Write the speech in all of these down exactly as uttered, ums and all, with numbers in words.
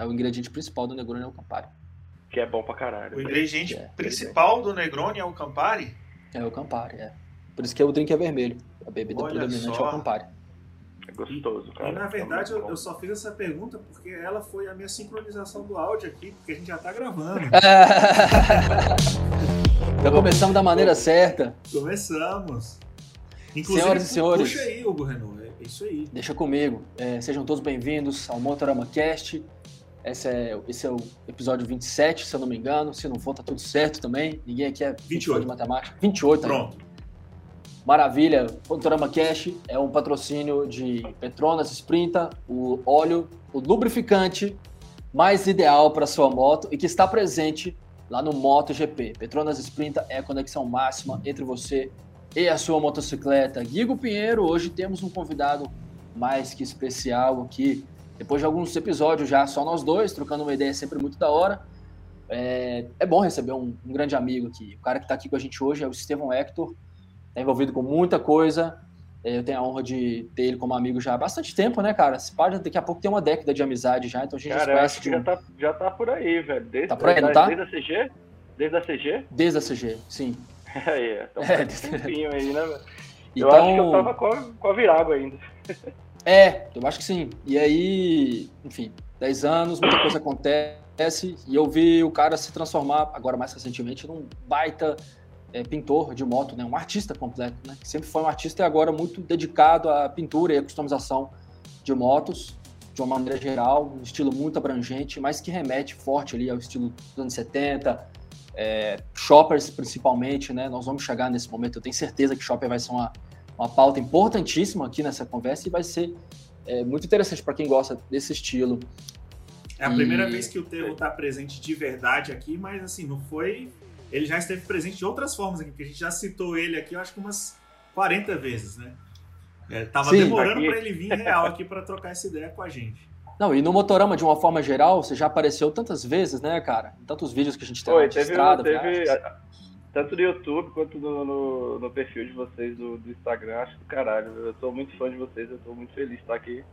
é o ingrediente principal do Negroni é o Campari. Que é bom pra caralho. O ingrediente é, principal do Negroni é o Campari? É o Campari, é. Por isso que o drink é vermelho. A bebida Olha predominante só. é o Campari. É gostoso, cara. E na verdade é eu, eu só fiz essa pergunta porque ela foi a minha sincronização do áudio aqui, porque a gente já tá gravando. Já começamos da maneira certa. Começamos. Inclusive, Senhoras e senhores. Puxa aí, Hugo Renault. É isso aí. Deixa comigo. É, sejam todos bem-vindos ao Motorama Cast. Esse é, esse é o episódio vinte e sete, se eu não me engano. Se não for, tá tudo certo também. Ninguém aqui é vinte e oito de matemática. vinte e oito, Pronto. Né? Maravilha. Motorama Cast é um patrocínio de Petronas Sprinta, o óleo, o lubrificante mais ideal para sua moto e que está presente lá no MotoGP. Petronas Sprinta é a conexão máxima entre você e a sua motocicleta. Guigo Pinheiro, hoje temos um convidado mais que especial aqui. Depois de alguns episódios já, só nós dois, trocando uma ideia sempre muito da hora. É, é bom receber um, um grande amigo aqui. O cara que está aqui com a gente hoje é o Estevão Hector. Está envolvido com muita coisa. Eu tenho a honra de ter ele como amigo já há bastante tempo, né, cara? Se pode, daqui a pouco tem uma década de amizade já, então a gente cara, já eu conhece. acho que de um... já, tá, já tá por aí, velho. Desde, tá por aí, não tá? Desde a C G? Desde a C G? Desde a C G, sim. É, então É, faz um tempinho aí, né, velho? Então... Eu acho que eu tava com a, com a Virago ainda. É, eu acho que sim. E aí, enfim, dez anos, muita coisa acontece e eu vi o cara se transformar, agora mais recentemente, num baita é, pintor de moto, né? Um artista completo, né? Que sempre foi um artista e agora muito dedicado à pintura e à customização de motos, de uma maneira geral, um estilo muito abrangente, mas que remete forte ali ao estilo dos anos setenta, é, shoppers principalmente, né? Nós vamos chegar nesse momento, eu tenho certeza que shopper vai ser uma, uma pauta importantíssima aqui nessa conversa e vai ser é, muito interessante para quem gosta desse estilo. É a e... primeira vez que o Tevo está presente de verdade aqui, mas assim, não foi... Ele já esteve presente de outras formas aqui, porque a gente já citou ele aqui, eu acho que umas quarenta vezes, né? É, tava Sim, demorando aqui. para ele vir real aqui para trocar essa ideia com a gente. Não, e no Motorama, de uma forma geral, você já apareceu tantas vezes, né, cara? Em tantos vídeos que a gente tem Oi, lá de teve, estrada, teve viagens. tanto no YouTube quanto no, no, no perfil de vocês do, do Instagram, acho do caralho. Eu sou muito fã de vocês, eu tô muito feliz de estar aqui.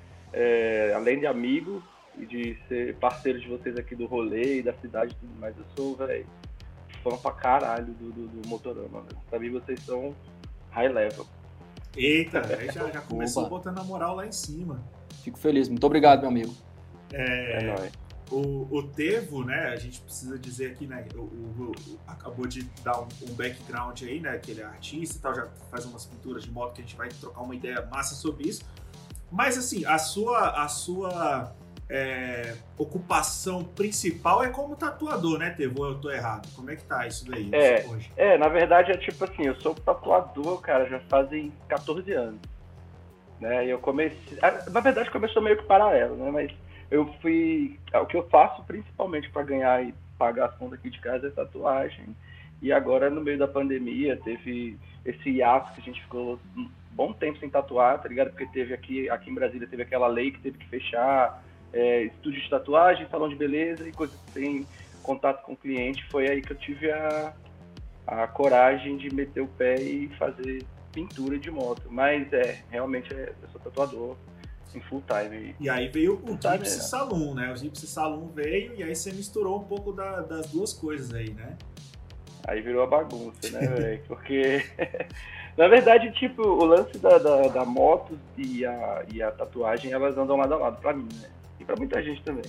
É, além de amigo e de ser parceiro de vocês aqui do rolê e da cidade e tudo mais, eu sou, velho, fã pra caralho do, do, do Motorama. Véio. Pra mim vocês são high level. Eita, aí já, já começou Opa. Botando a moral lá em cima. Fico feliz. Muito obrigado, meu amigo. É, É nóis. o, o Tevo, né, a gente precisa dizer aqui, né, o, o, o acabou de dar um, um background aí, né, que ele é artista e tal, já faz umas pinturas de moto que a gente vai trocar uma ideia massa sobre isso. Mas assim, a sua, a sua é, ocupação principal é como tatuador, né, Tevo? Ou eu tô errado? Como é que tá isso daí É, hoje? é, na verdade é tipo assim, eu sou tatuador, cara, já fazem catorze anos. Né? E eu comecei. Na verdade começou meio que paralelo, né? Mas eu fui. O que eu faço principalmente para ganhar e pagar as contas aqui de casa é tatuagem. E agora, no meio da pandemia, teve esse hiato que a gente ficou um bom tempo sem tatuar, tá ligado? Porque teve aqui, aqui em Brasília teve aquela lei que teve que fechar é, estúdio de tatuagem, salão de beleza e coisas sem contato com o cliente. Foi aí que eu tive a, a coragem de meter o pé e fazer pintura de moto. Mas é, realmente é, eu sou tatuador em full time. E aí veio o Tá Gypsy mesmo. Saloon, né? O Gypsy Saloon veio e aí você misturou um pouco da- das duas coisas aí, né? Aí virou a bagunça, né, velho? Porque, na verdade, tipo, o lance da, da, da moto e a, e a tatuagem, elas andam lado a lado pra mim, né? E pra muita gente também.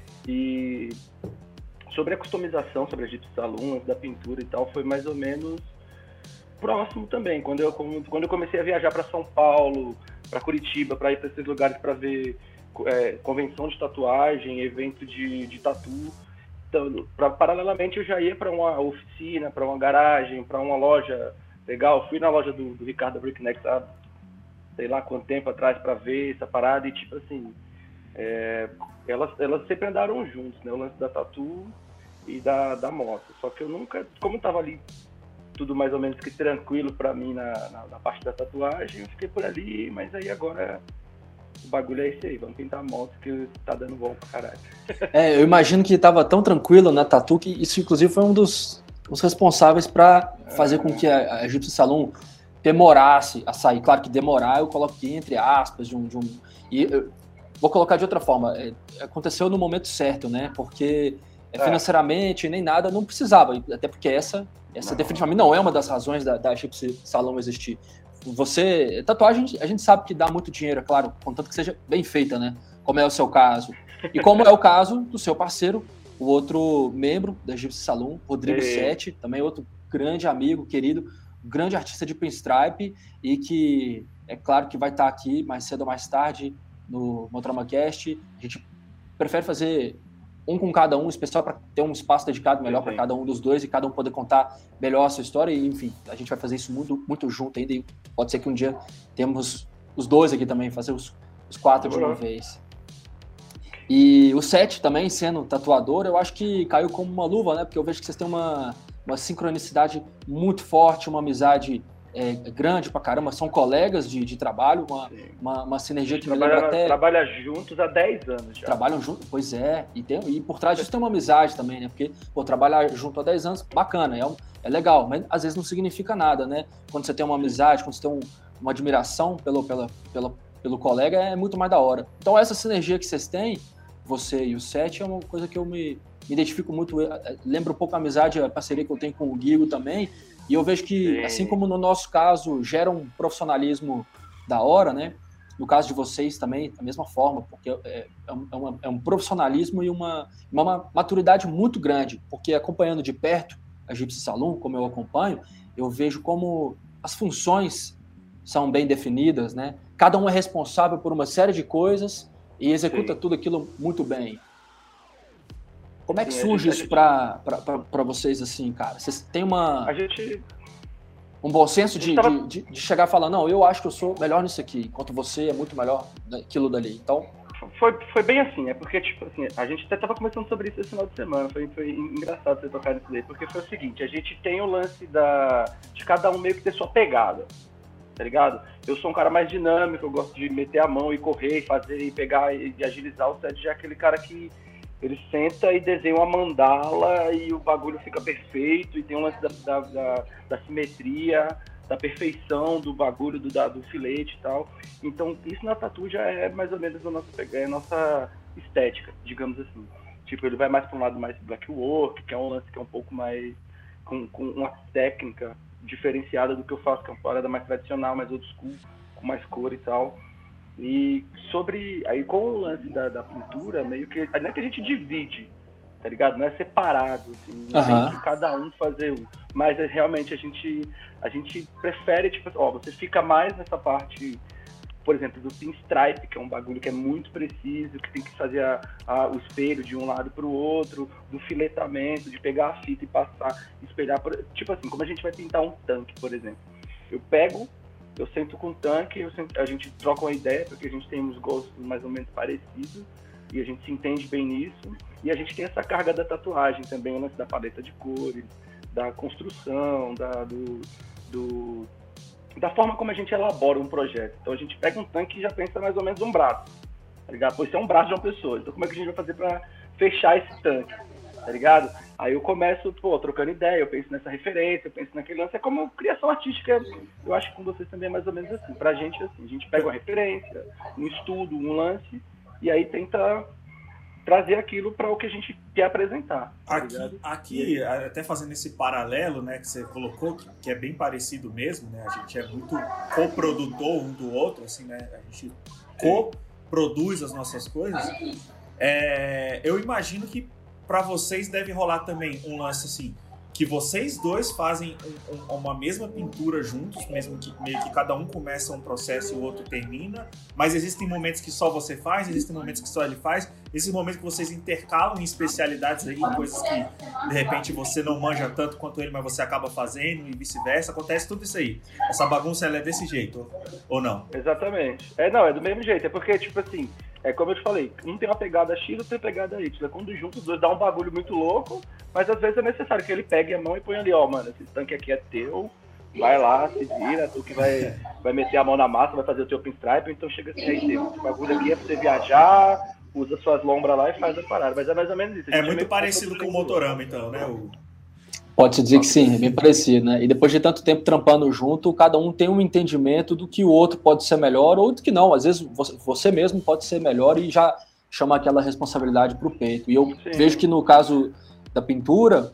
E sobre a customização, sobre a Gypsy Saloon, da pintura e tal, foi mais ou menos próximo também. Quando eu, quando eu comecei a viajar pra São Paulo, pra Curitiba, pra ir pra esses lugares pra ver é, convenção de tatuagem, evento de, de tatu. Então, pra, paralelamente eu já ia para uma oficina, para uma garagem, para uma loja legal. Fui na loja do, do Ricardo Brickneck, sabe? Sei lá quanto tempo atrás para ver essa parada e tipo assim, é, elas, elas sempre andaram juntos, né? O lance da tatu e da, da moto. Só que eu nunca, como tava ali tudo mais ou menos que tranquilo para mim na, na, na parte da tatuagem, eu fiquei por ali, mas aí agora o bagulho é esse aí, vamos pintar a moto que tá dando bom pra caralho. É, eu imagino que estava tão tranquilo na tatu que isso, inclusive, foi um dos os responsáveis para fazer com que a, a Gypsy Saloon demorasse a sair. Claro que demorar eu coloquei entre aspas de um... De um e, eu, vou colocar de outra forma, é, aconteceu no momento certo, né? Porque é, financeiramente nem nada, não precisava, até porque essa, essa não. definitivamente não é uma das razões da, da Gypsy Salon existir. Você, tatuagem, a gente sabe que dá muito dinheiro, é claro, contanto que seja bem feita, né? Como é o seu caso. E como é o caso do seu parceiro, o outro membro da Gypsy Salon, Rodrigo e... Sete, também outro grande amigo, querido, grande artista de pinstripe e que é claro que vai estar aqui mais cedo ou mais tarde no MotoRamaCast. A gente prefere fazer um com cada um, especial para ter um espaço dedicado melhor para cada um dos dois e cada um poder contar melhor a sua história. E, enfim, a gente vai fazer isso muito, muito junto ainda e pode ser que um dia temos os dois aqui também, fazer os, os quatro de uma vez. E o Sete também, sendo tatuador, eu acho que caiu como uma luva, né? Porque eu vejo que vocês têm uma, uma sincronicidade muito forte, uma amizade é, grande pra caramba. São colegas de, de trabalho, uma, uma, uma sinergia que me lembra até... Trabalha juntos há dez anos já. Trabalham juntos, pois é. E, tem, e por trás disso tem uma amizade também, né? Porque, pô, trabalhar junto há dez anos, bacana, é, um, é legal, mas às vezes não significa nada, né? Quando você tem uma amizade, quando você tem um, uma admiração pelo, pela, pela, pelo colega, é muito mais da hora. Então essa sinergia que vocês têm, você e o Sete, é uma coisa que eu me, me identifico muito. Lembra um pouco a amizade, a parceria que eu tenho com o Guigo também. E eu vejo que, Sim. assim como no nosso caso, gera um profissionalismo da hora, né? No caso de vocês também, da mesma forma, porque é, é, uma, é um profissionalismo e uma, uma maturidade muito grande. Porque acompanhando de perto a Gypsy Salon, como eu acompanho, eu vejo como as funções são bem definidas, né? Cada um é responsável por uma série de coisas e executa Sim. tudo aquilo muito bem. Como é que Sim, surge gente, isso para gente... vocês, assim, cara? Vocês têm uma... A gente... Um bom senso de, tava... de, de chegar e falar, não, eu acho que eu sou melhor nisso aqui, enquanto você é muito melhor naquilo dali. Então... Foi, foi bem assim, é porque, tipo assim, a gente até tava conversando sobre isso esse final de semana, foi, foi engraçado você tocar nisso daí, porque foi o seguinte, a gente tem o lance da, de cada um meio que ter sua pegada, tá ligado? Eu sou um cara mais dinâmico, eu gosto de meter a mão e correr, e fazer, e pegar e agilizar. O Sete já é aquele cara que ele senta e desenha uma mandala e o bagulho fica perfeito, e tem um lance da, da, da, da simetria, da perfeição do bagulho, do, da, do filete e tal. Então, isso na tatu já é mais ou menos a nossa, é a nossa estética, digamos assim. Tipo, ele vai mais para um lado mais black work, que é um lance que é um pouco mais... com, com uma técnica diferenciada do que eu faço, que é uma parada mais tradicional, mais old school, com mais cor e tal. E sobre... Aí, com o lance da, da pintura, meio que... Não é que a gente divide, tá ligado? Não é separado, assim, não uhum. tem que cada um fazer um. Mas é, realmente a gente, a gente prefere, tipo, ó, você fica mais nessa parte, por exemplo, do pinstripe, que é um bagulho que é muito preciso, que tem que fazer a, a, o espelho de um lado pro outro, do filetamento, de pegar a fita e passar, espelhar, por, tipo assim, como a gente vai pintar um tanque, por exemplo. Eu pego, eu sento com o tanque, eu sento, a gente troca uma ideia, porque a gente tem uns gostos mais ou menos parecidos, e a gente se entende bem nisso, e a gente tem essa carga da tatuagem também, o lance da paleta de cores, da construção, da, do, do, da forma como a gente elabora um projeto. Então a gente pega um tanque e já pensa mais ou menos um braço, tá ligado? Pois é um braço de uma pessoa, então como é que a gente vai fazer para fechar esse tanque, tá ligado? Aí eu começo, pô, trocando ideia, eu penso nessa referência, eu penso naquele lance, é como criação artística, eu acho que com vocês também é mais ou menos assim. Pra gente, assim, a gente pega uma referência, um estudo, um lance, e aí tenta trazer aquilo para o que a gente quer apresentar. Tá aqui, aqui até fazendo esse paralelo, né, que você colocou, que, que é bem parecido mesmo, né, a gente é muito coprodutor um do outro, assim, né, a gente coproduz as nossas coisas. É, eu imagino que para vocês deve rolar também um lance assim, que vocês dois fazem um, um, uma mesma pintura juntos, mesmo que meio que cada um começa um processo e o outro termina, mas existem momentos que só você faz, existem momentos que só ele faz, esses momentos que vocês intercalam em especialidades aí, em coisas que de repente você não manja tanto quanto ele, mas você acaba fazendo e vice-versa, acontece tudo isso aí. Essa bagunça ela é desse jeito, ou não? Exatamente. É, não, é do mesmo jeito, é porque, tipo assim, é como eu te falei, um tem uma pegada X, outro tem uma pegada Y. Quando juntos os dois dá um bagulho muito louco, mas às vezes é necessário que ele pegue a mão e põe ali, ó, mano, esse tanque aqui é teu, vai lá, se vira, tu que vai, vai meter a mão na massa, vai fazer o teu pinstripe, então chega assim, aí teu, esse bagulho aqui é pra você viajar, usa suas lombras lá e faz a parada, mas é mais ou menos isso. É muito parecido com o Motorama, então, né? O... Pode-se dizer que sim, é bem parecido, né? E depois de tanto tempo trampando junto, cada um tem um entendimento do que o outro pode ser melhor ou do que não. Às vezes você mesmo pode ser melhor e já chama aquela responsabilidade para o peito. E eu sim. vejo que no caso da pintura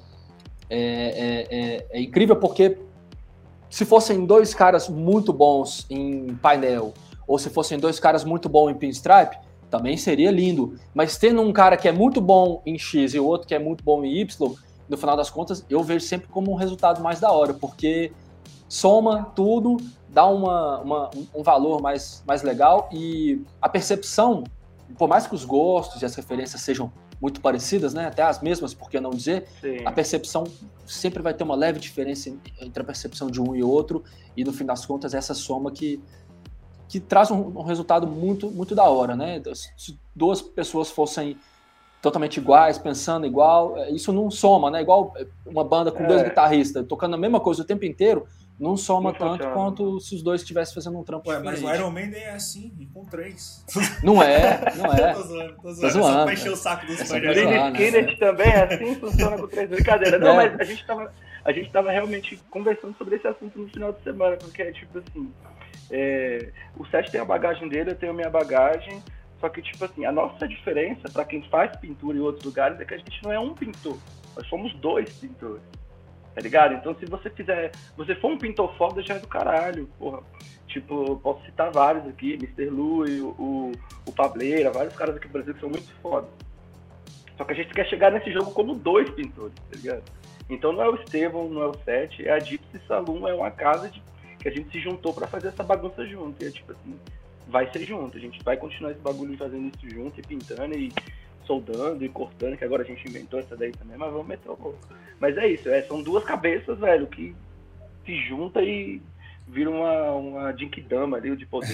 é, é, é, é incrível porque se fossem dois caras muito bons em painel ou se fossem dois caras muito bons em pinstripe, também seria lindo. Mas tendo um cara que é muito bom em X e o outro que é muito bom em Y, no final das contas, eu vejo sempre como um resultado mais da hora, porque soma tudo, dá uma, uma, um valor mais, mais legal e a percepção, por mais que os gostos e as referências sejam muito parecidas, né, até as mesmas, por que não dizer, sim. a percepção sempre vai ter uma leve diferença entre a percepção de um e outro e, no fim das contas, essa soma que, que traz um, um resultado muito, muito da hora, né? Se duas pessoas fossem totalmente iguais, pensando igual, isso não soma, né? Igual uma banda com é. dois guitarristas tocando a mesma coisa o tempo inteiro, não soma não tanto funciona. Quanto se os dois estivessem fazendo um trampo Ué, diferente. Mas o Iron Man é assim, e com três. Não é, não é. tô zoando, tô zoando. Tô zoando. É só pra encher o saco dos fãs. O Skinner né? também é assim, funciona com três. Brincadeira. Não, é. mas a gente, tava, a gente tava realmente conversando sobre esse assunto no final de semana, porque é tipo assim, é, o Seth tem a bagagem dele, eu tenho a minha bagagem. Só que, tipo assim, a nossa diferença para quem faz pintura em outros lugares é que a gente não é um pintor. Nós somos dois pintores. Tá ligado? Então, se você fizer... Você for um pintor foda, já é do caralho, porra. Tipo, posso citar vários aqui. mister Lu, o, o, o Pableira, vários caras aqui no Brasil que são muito foda. Só que a gente quer chegar nesse jogo como dois pintores, tá ligado? Então, não é o Estevão, não é o Seth, é a Gypsy Saloon, é uma casa de, que a gente se juntou para fazer essa bagunça junto. E é tipo assim... vai ser junto, a gente vai continuar esse bagulho fazendo isso junto e pintando e soldando e cortando, que agora a gente inventou essa daí também, mas vamos meter o louco. Mas é isso, é, são duas cabeças, velho, que se juntam e viram uma, uma Jinkidama ali de poder.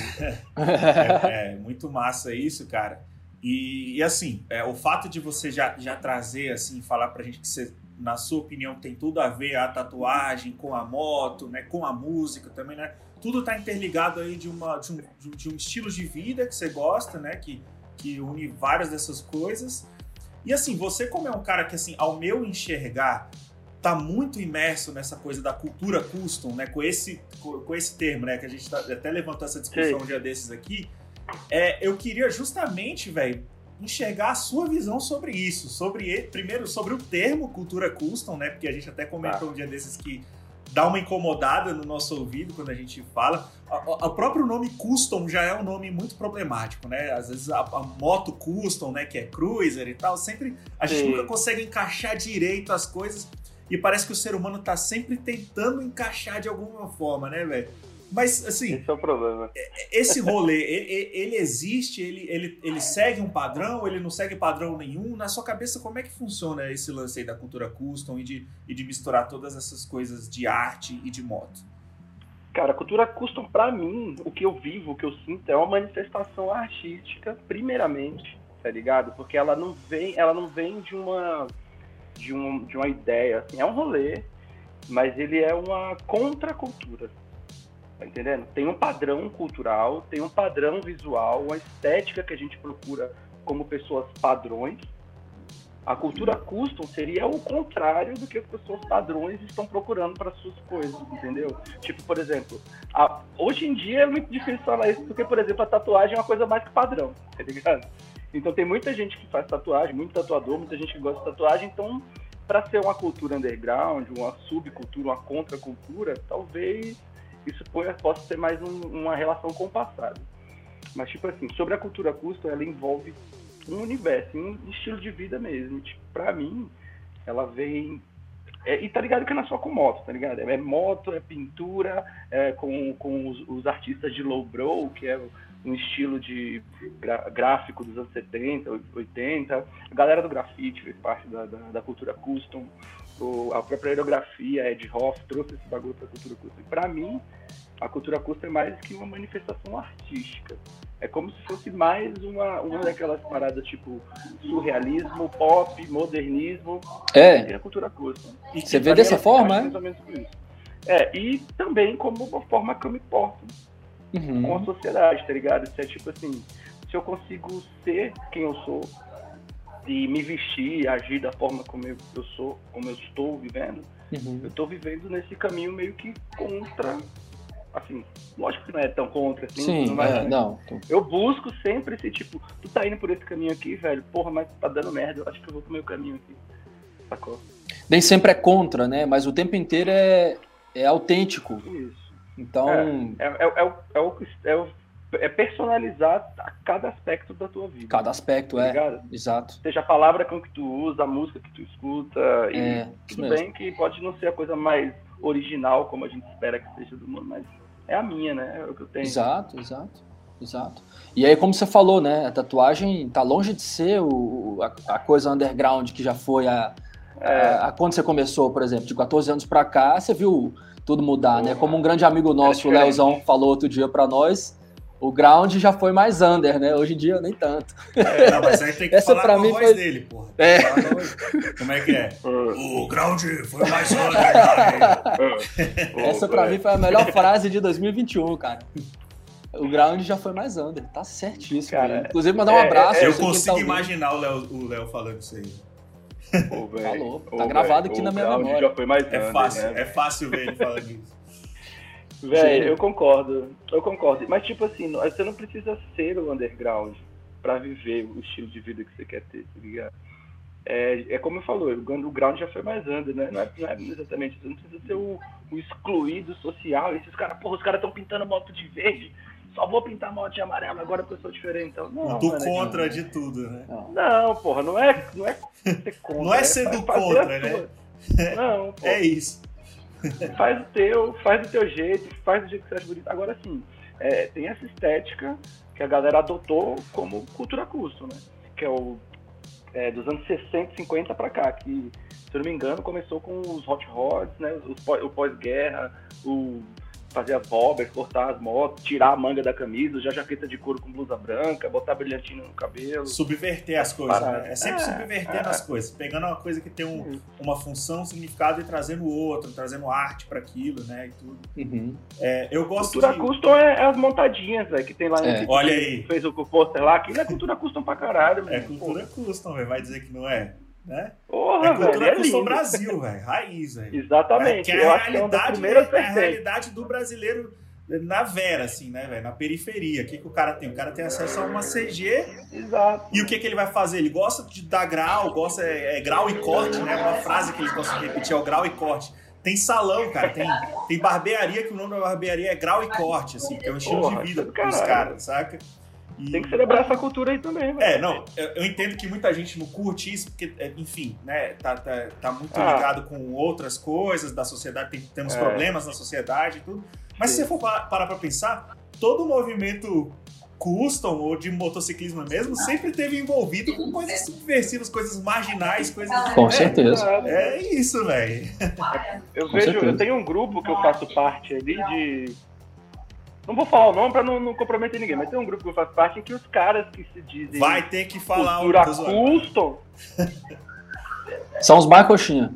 é, é muito massa isso, cara. E, e assim, é, o fato de você já, já trazer, assim, falar pra gente que você, na sua opinião, tem tudo a ver a tatuagem com a moto, né, com a música também, né? Tudo está interligado aí de, uma, de, um, de um estilo de vida que você gosta, né? Que, que une várias dessas coisas. E assim, você como é um cara que, assim, ao meu enxergar, tá muito imerso nessa coisa da cultura custom, né? Com esse, com, com esse termo, né? Que a gente tá, até levantou essa discussão Sim. um dia desses aqui. É, eu queria justamente, velho, enxergar a sua visão sobre isso. Sobre, primeiro, sobre o termo cultura custom, né? Porque a gente até comentou ah. um dia desses que dá uma incomodada no nosso ouvido quando a gente fala. O próprio nome custom já é um nome muito problemático, né? Às vezes a, a moto custom, né, que é cruiser e tal, sempre a gente Sim. nunca consegue encaixar direito as coisas e parece que o ser humano tá sempre tentando encaixar de alguma forma, né, velho? Mas, assim... Esse é o problema. Esse rolê, ele, ele existe, ele, ele, ele segue um padrão, ele não segue padrão nenhum? Na sua cabeça, como é que funciona esse lance aí da cultura custom e de, e de misturar todas essas coisas de arte e de moto? Cara, a cultura custom, pra mim, o que eu vivo, o que eu sinto, é uma manifestação artística, primeiramente, tá ligado? Porque ela não vem, ela não vem de uma, de, um, de uma ideia, assim, é um rolê, mas ele é uma contracultura. Tá entendendo? Tem um padrão cultural, tem um padrão visual, uma estética que a gente procura como pessoas padrões. A cultura custom seria o contrário do que as pessoas padrões estão procurando para suas coisas, entendeu? Tipo, por exemplo, a... hoje em dia é muito difícil falar isso, porque, por exemplo, a tatuagem é uma coisa mais que padrão, tá ligado? Então tem muita gente que faz tatuagem, muito tatuador, muita gente que gosta de tatuagem, então, para ser uma cultura underground, uma subcultura, uma contracultura, talvez isso possa ser mais um, uma relação com o passado. Mas, tipo assim, sobre a cultura custom, ela envolve um universo, um estilo de vida mesmo. Tipo, pra mim, ela vem... É, e tá ligado que não é só com moto, tá ligado? É moto, é pintura, é com, com os, os artistas de lowbrow, que é um estilo de gra, gráfico dos anos setenta, oitenta. A galera do grafite fez parte da, da, da cultura custom. O, a própria aerografia, Ed Hoff, trouxe esse bagulho pra cultura custom. E pra mim, a cultura custom é mais que uma manifestação artística. É como se fosse mais uma, uma daquelas paradas tipo surrealismo, pop, modernismo. É. E a cultura custom. E você vê dessa forma, é? É, e também como uma forma que eu me porto uhum. com a sociedade, tá ligado? Isso é tipo assim, se eu consigo ser quem eu sou e me vestir, agir da forma como eu, eu sou, como eu estou vivendo, Uhum. Eu tô vivendo nesse caminho meio que contra, assim, lógico que não é tão contra, assim. Sim, não, vai, é, não. Eu busco sempre esse tipo, tu tá indo por esse caminho aqui, velho, porra, mas tá dando merda, eu acho que eu vou pro meu caminho aqui, sacou? Nem sempre é contra, né? Mas o tempo inteiro é, é autêntico. Isso. Então... É, é, é, é, o, é, o, é, o, é personalizar a cada aspecto da tua vida. Cada aspecto, tá é. ligado? Exato. Seja a palavra com que tu usa, a música que tu escuta, e É, tudo mesmo. bem que pode não ser a coisa mais original, como a gente espera que seja do mundo, mas é a minha, né? É o que eu tenho. Exato, exato, exato. E aí, como você falou, né? A tatuagem tá longe de ser o, a, a coisa underground que já foi a, É. a, a... Quando você começou, por exemplo, de quatorze anos pra cá, você viu tudo mudar, né? Como um grande amigo nosso, o Leozão, falou outro dia pra nós, o ground já foi mais under, né? Hoje em dia, nem tanto. É, não, mas aí tem que Essa falar pra com a mim voz foi... dele, porra. É. Como é que é? O ground foi mais under. Essa pra mim foi a melhor frase de dois mil e vinte e um, cara. O ground já foi mais under, tá certíssimo. Cara, inclusive, mandar um abraço. É, é, eu sei quem consigo tá imaginar o Léo, o Léo falando isso aí. Pô, véio, Falou, tá pô, gravado véio, aqui o na minha ground memória. Já foi mais É under, fácil, né? é fácil ver ele falando isso. Velho, eu concordo, eu concordo. Mas, tipo assim, você não precisa ser o underground pra viver o estilo de vida que você quer ter, tá ligado? É, é como eu falei, o underground já foi mais under, né? Não é, não é exatamente isso. Você não precisa ser o, o excluído social. Esses caras, porra, os caras estão pintando moto de verde. Só vou pintar moto de amarelo agora porque eu sou diferente. Então, não, o do mano, contra não, de tudo, né? Não, não, porra, não é, não é ser contra. Não é ser do contra, né? Não, porra. É isso. Faz o teu, faz do teu jeito, faz do jeito que você acha bonito. Agora sim, é, tem essa estética que a galera adotou como cultura custom, né? Que é o é, dos anos sessenta, cinquenta pra cá, que, se eu não me engano, começou com os hot rods, né? Os, o pós-guerra, o fazer as bobbers, cortar as motos, tirar a manga da camisa, usar jaqueta de couro com blusa branca, botar brilhantina no cabelo. Subverter as coisas, Parado. né? É sempre É, subvertendo é. as coisas. Pegando uma coisa que tem um, uma função, um significado e trazendo outra, trazendo arte para aquilo, né? E tudo. Uhum. É, eu gosto Cultura de... custom é, é as montadinhas, velho, que tem lá no É. que Olha aí. fez o pôster lá. Aquilo é cultura custom pra caralho, É mano. cultura custom, velho. Vai dizer que não é, né? Porra, É velho, cultura é custom lindo. Brasil, velho. Raiz, velho. Exatamente. É, que é Eu a acho que é uma das realidade, primeiras é a vertentes. realidade do brasileiro na vera, assim, né, velho? Na periferia. O que, que o cara tem? O cara tem acesso a uma C G. Exato. E o que, que ele vai fazer? Ele gosta de dar grau, gosta é, é grau e corte, né? Uma frase que eles gostam de repetir é o grau e corte. Tem salão, cara, tem, tem barbearia, que o nome da barbearia é grau e corte, assim, que é um estilo Porra, de vida do pros caralho. caras, saca? E... Tem que celebrar essa cultura aí também, velho. É, não, eu, eu entendo que muita gente não curte isso, porque, é, enfim, né, tá, tá, tá muito Ah. ligado com outras coisas da sociedade, tem, temos É. problemas na sociedade e tudo. Mas Sim. se você for parar parar pra pensar, todo movimento custom ou de motociclismo mesmo sempre teve envolvido com coisas subversivas, coisas marginais, coisas... Com é, certeza. É isso, velho. Eu Com vejo, certeza. eu tenho um grupo que eu faço parte ali de. Não vou falar o nome pra não, não comprometer ninguém, mas tem um grupo que eu faço parte em que os caras que se dizem Vai ter que falar cultura tô zoando. custom São os mais coxinha.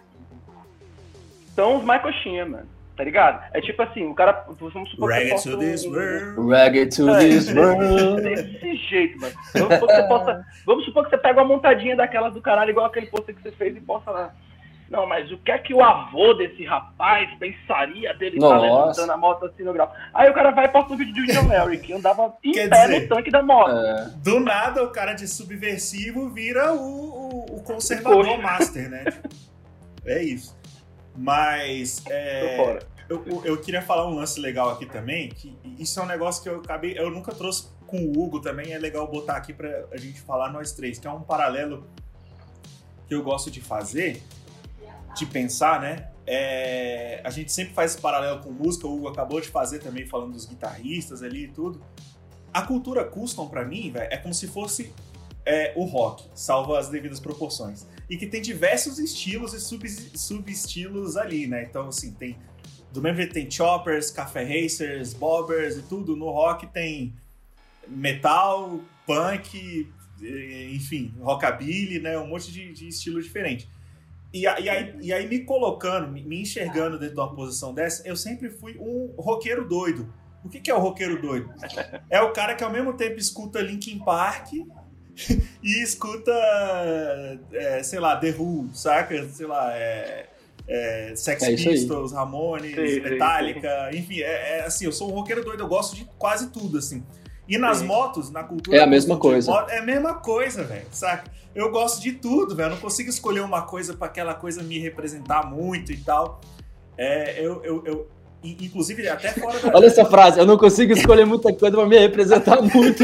são os mais coxinha, mano. Tá ligado? É tipo assim, o cara. Vamos supor que Reggae você to posta this um- world. Reggae to É. this world. Desse jeito, mano. Vamos supor, que você posta, vamos supor que você pega uma montadinha daquelas do caralho, igual aquele post que você fez e posta lá. Não, mas o que é que o avô desse rapaz pensaria dele estar Nossa. levantando a moto assim no grau? Aí o cara vai e posta um vídeo do John Larry, que andava em Quer pé dizer, no tanque da moto. É, Do nada, o cara de subversivo vira o, o, o conservador Coxa. master, né? Tipo, é isso. Mas é, Tô fora. eu, eu- eu queria falar um lance legal aqui também, que isso é um negócio que eu acabei, eu nunca trouxe com o Hugo também, é legal botar aqui pra a gente falar nós três, que é um paralelo que eu gosto de fazer, de pensar, né? É, a gente sempre faz esse paralelo com música, o Hugo acabou de fazer também, falando dos guitarristas ali e tudo. A cultura custom, pra mim, velho, é como se fosse é, o rock, salvo as devidas proporções. E que tem diversos estilos e sub- subestilos ali, né? Então, assim, tem... Do mesmo jeito tem choppers, café racers, bobbers e tudo. No rock tem metal, punk, eh, enfim, rockabilly, né? Um monte de, de estilo diferente. E, a- e aí, e aí me colocando, me, me enxergando dentro de uma posição dessa, eu sempre fui um roqueiro doido. O que, que é o roqueiro doido? É o cara que ao mesmo tempo escuta Linkin Park e escuta, é, sei lá, The Who, saca? Sei lá, é, é, Sex É isso aí. Pistols, Ramones, Sim, sim, Metallica, enfim, é, é assim, eu sou um roqueiro doido, eu gosto de quase tudo, assim. E nas Sim. motos, na cultura... É a mesma de coisa. moto, é a mesma coisa, velho, saca? Eu gosto de tudo, velho, eu não consigo escolher uma coisa pra aquela coisa me representar muito e tal. É, eu... eu, eu in- inclusive, até fora da... Olha essa frase, eu não consigo escolher muita coisa pra me representar muito.